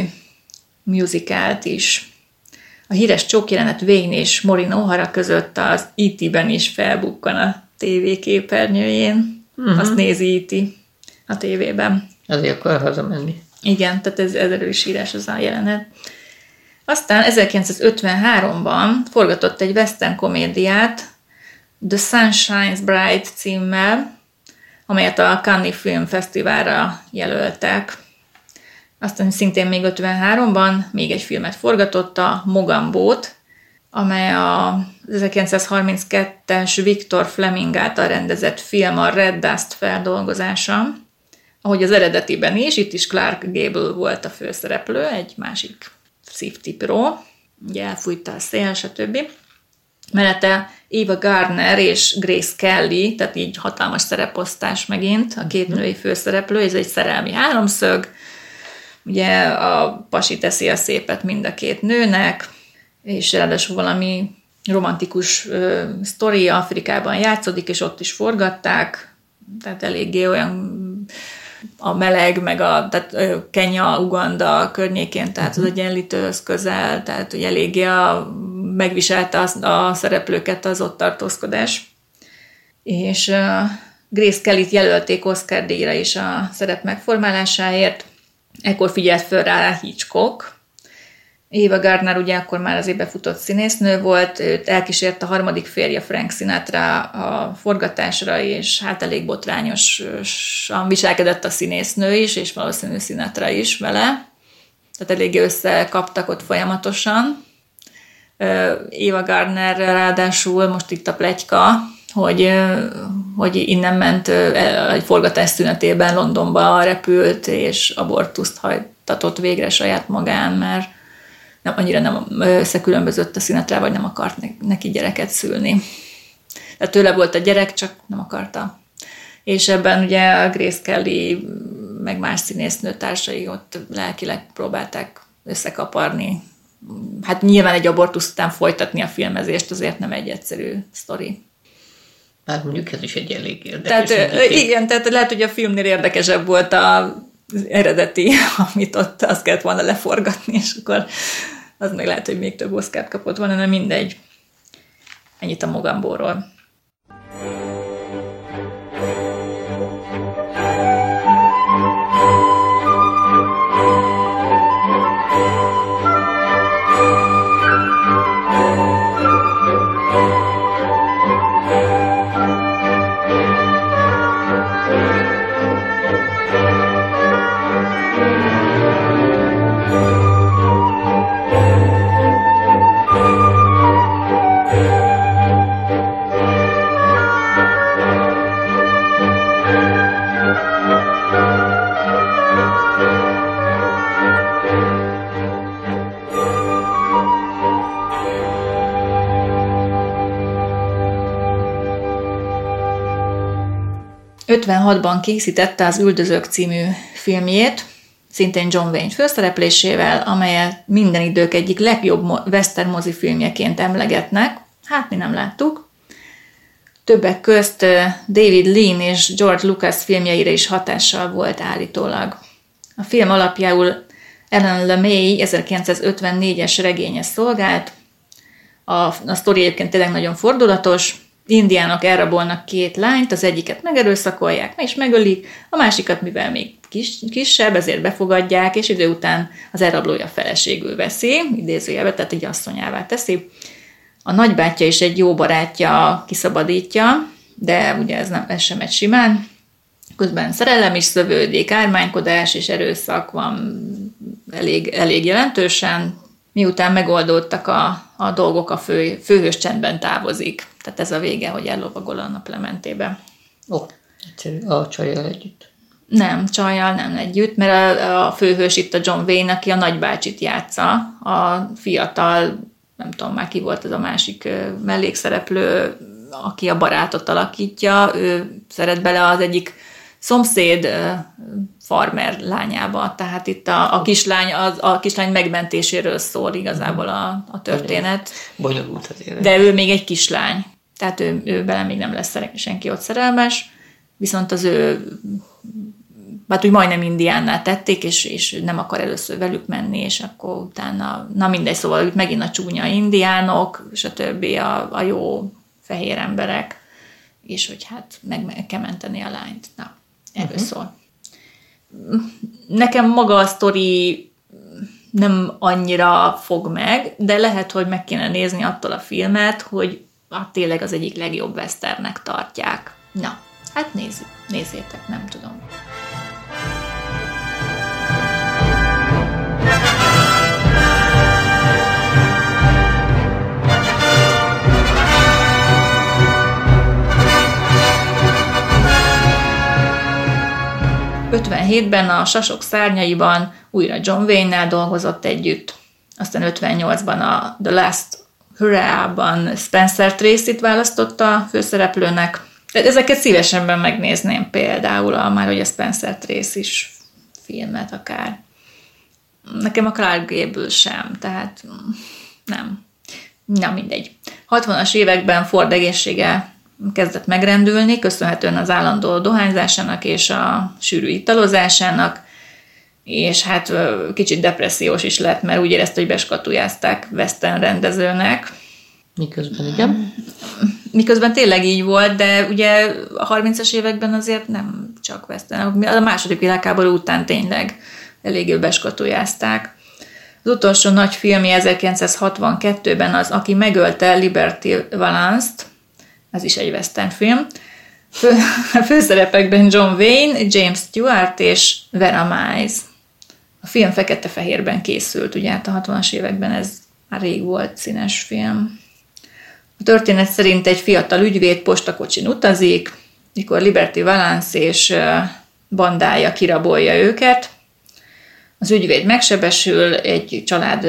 musicalt is. A híres csókjelenet Wayne és Maureen O'Hara között az í té-ben is felbukkan a tévéképernyőjén. Uh-huh. Azt nézi í té a tévében. Azért akar hazamenni. Igen, tehát ez, ezzel is híres az a jelenet. Aztán ezerkilencszázötvenháromban forgatott egy western komédiát, The Sun Shines Bright címmel, amelyet a Cannes Film Fesztiválra jelöltek. Aztán szintén még ötvenháromban még egy filmet forgatott, a Mogambót, amely a ezerkilencszázharminckettes Victor Fleming által rendezett film, a Red Dust feldolgozása. Ahogy az eredetiben is, itt is Clark Gable volt a főszereplő, egy másik szívtipró, ugye elfújta a szél, stb. Mellette Eva Gardner és Grace Kelly, tehát így hatalmas szereposztás megint, a két női főszereplő, ez egy szerelmi háromszög, ugye a pasi teszi a szépet mind a két nőnek, és ráadásul valami romantikus ö, sztori Afrikában játszódik, és ott is forgatták, tehát eléggé olyan a meleg, meg a tehát Kenya, Uganda környékén, tehát uh-huh. az Egyenlítőhöz közel, tehát hogy eléggé a, megviselte a, a szereplőket az ott tartózkodás. És uh, Grace Kellyt jelölték Oscar-díjra is a szerep megformálásáért. Ekkor figyelt föl rá Hitchcock. Eva Gardner ugye akkor már azért befutott színésznő volt, őt elkísért a harmadik férje Frank Sinatra a forgatásra, és hát elég botrányosan viselkedett a színésznő is, és valószínű Sinatra is vele. Tehát eléggé összekaptak ott folyamatosan. Eva Gardner ráadásul most itt a pletyka, hogy, hogy innen ment egy forgatás szünetében Londonba repült, és abortuszt hajtatott végre saját magán, mert nem, annyira nem összekülönbözött a Sinatra, vagy nem akart neki gyereket szülni. Tehát tőle volt a gyerek, csak nem akarta. És ebben ugye a Grace Kelly, meg más színésznő társai ott lelkileg próbálták összekaparni. Hát nyilván egy abortusz után folytatni a filmezést azért nem egy egyszerű sztori. Hát mondjuk ez is egy elég érdekes. Tehát, igen, tehát lehet, hogy a filmnél érdekesebb volt a eredeti, amit ott azt kellett volna leforgatni, és akkor az meg lehet, hogy még több Oscart kapott volna, de mindegy. Ennyit a Mogambóról. ötvenhatban készítette az Üldözők című filmjét, szintén John Wayne főszereplésével, amelyet minden idők egyik legjobb western mozifilmjeként emlegetnek. Hát mi nem láttuk. Többek közt David Lean és George Lucas filmjeire is hatással volt állítólag. A film alapjául Ellen LeMay ezerkilencszázötvennégyes regénye szolgált. A, a sztori egyébként tényleg nagyon fordulatos. Indiánok elrabolnak két lányt, az egyiket megerőszakolják, és megölik, a másikat, mivel még kis, kisebb, ezért befogadják, és idő után az elrablója feleségül veszi, idézőjelbe, tehát így asszonyává teszi. A nagybátyja és egy jó barátja kiszabadítja, de ugye ez, nem, ez sem egy simán. Közben szerelem is szövődik, ármánykodás és erőszak van elég, elég jelentősen. Miután megoldódtak a, a dolgok, a fő, főhős csendben távozik. Tehát ez a vége, hogy ellovagol a naplementébe. Ó, oh, egyszerű. A csajjal együtt? Nem, csajjal nem együtt, mert a, a főhős itt a John Wayne, aki a nagybácsit játsza. A fiatal, nem tudom már ki volt ez a másik mellékszereplő, aki a barátot alakítja, ő szeret bele az egyik szomszéd farmer lányába, tehát itt a, a, kislány, az, a kislány megmentéséről szól igazából a, a történet. Bonyolult azért. De ő még egy kislány, tehát ő, ő bele még nem lesz senki ott szerelmes, viszont az ő, hát úgy majdnem indiánná tették, és, és nem akar először velük menni, és akkor utána, na mindegy, szóval megint a csúnya indiánok, és a többi a, a jó fehér emberek, és hogy hát meg, meg kell menteni a lányt. Na, erről uh-huh. szól. Nekem maga a sztori nem annyira fog meg, de lehet, hogy meg kéne nézni attól a filmet, hogy hát tényleg az egyik legjobb westernnek tartják. Na, hát nézzük, nézzétek, nem tudom. ötvenhétben a Sasok szárnyaiban újra John Wayne-nál dolgozott együtt. Aztán ötvennyolcban a The Last Hurrah-ban Spencer Tracy-t választotta főszereplőnek. Ezeket szívesebben megnézném például, a, már hogy a Spencer Tracy-s filmet akár. Nekem a Clark Gable sem, tehát nem. Na mindegy. hatvanas években Ford egészsége kezdett megrendülni, köszönhetően az állandó dohányzásának és a sűrű italozásának, és hát kicsit depressziós is lett, mert úgy érezte, hogy beskatujázták western rendezőnek. Miközben, igen. Miközben tényleg így volt, de ugye a harmincas években azért nem csak western, a második világháború után tényleg eléggé beskatujázták. Az utolsó nagy filmje ezerkilencszázhatvankettőben az, aki megölte Liberty Valance-t, ez is egy western film. Fő, a főszerepekben John Wayne, James Stewart és Vera Miles. A film fekete-fehérben készült, ugye hát a hatvanas években ez már rég volt színes film. A történet szerint egy fiatal ügyvéd postakocsin utazik, mikor Liberty Valance és bandája kirabolja őket. Az ügyvéd megsebesül, egy család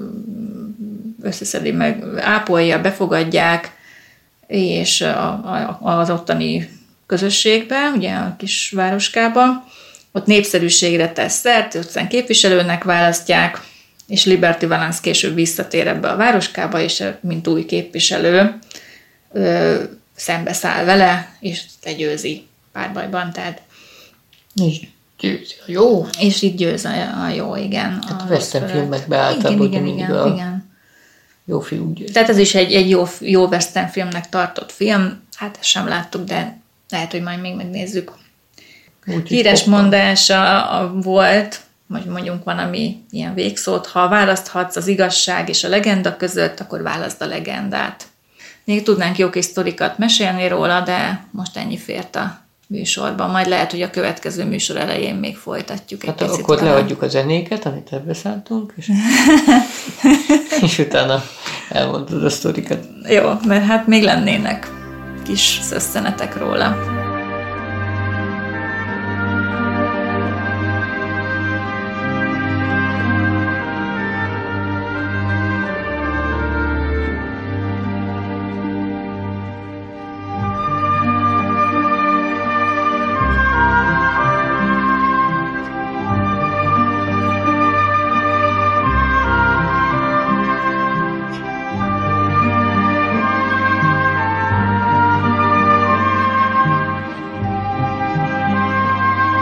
összeszedi meg, ápolja, befogadják, és a, a, az ottani közösségbe, ugye a kis városkába. Ott népszerűségre tesz szert, aztán képviselőnek választják, és Liberty Valance később visszatér ebbe a városkába, és mint új képviselő ö, szembeszáll vele, és legyőzi párbajban. Tehát... győzi a jó. És itt győz a, a jó, igen. Hát a western filmekben általában igen, mindig igen, a igen. jó fiúk győz. Tehát ez is egy, egy jó, jó western filmnek tartott film. Hát ezt sem láttuk, de lehet, hogy majd még megnézzük. Úgy, Híres mondása a, volt, vagy mondjunk valami ilyen végszót, ha választhatsz az igazság és a legenda között, akkor válaszd a legendát. Még tudnánk jó kis sztorikat mesélni róla, de most ennyi fért a műsorban. Majd lehet, hogy a következő műsor elején még folytatjuk egy hát picit. akkor talán. leadjuk a zenéket, amit ebbe szálltunk, és, és utána elmondod a sztorikat. Jó, mert hát még lennének kis szösszenetek róla.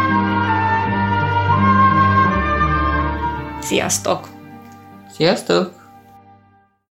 Sziasztok! Sziasztok!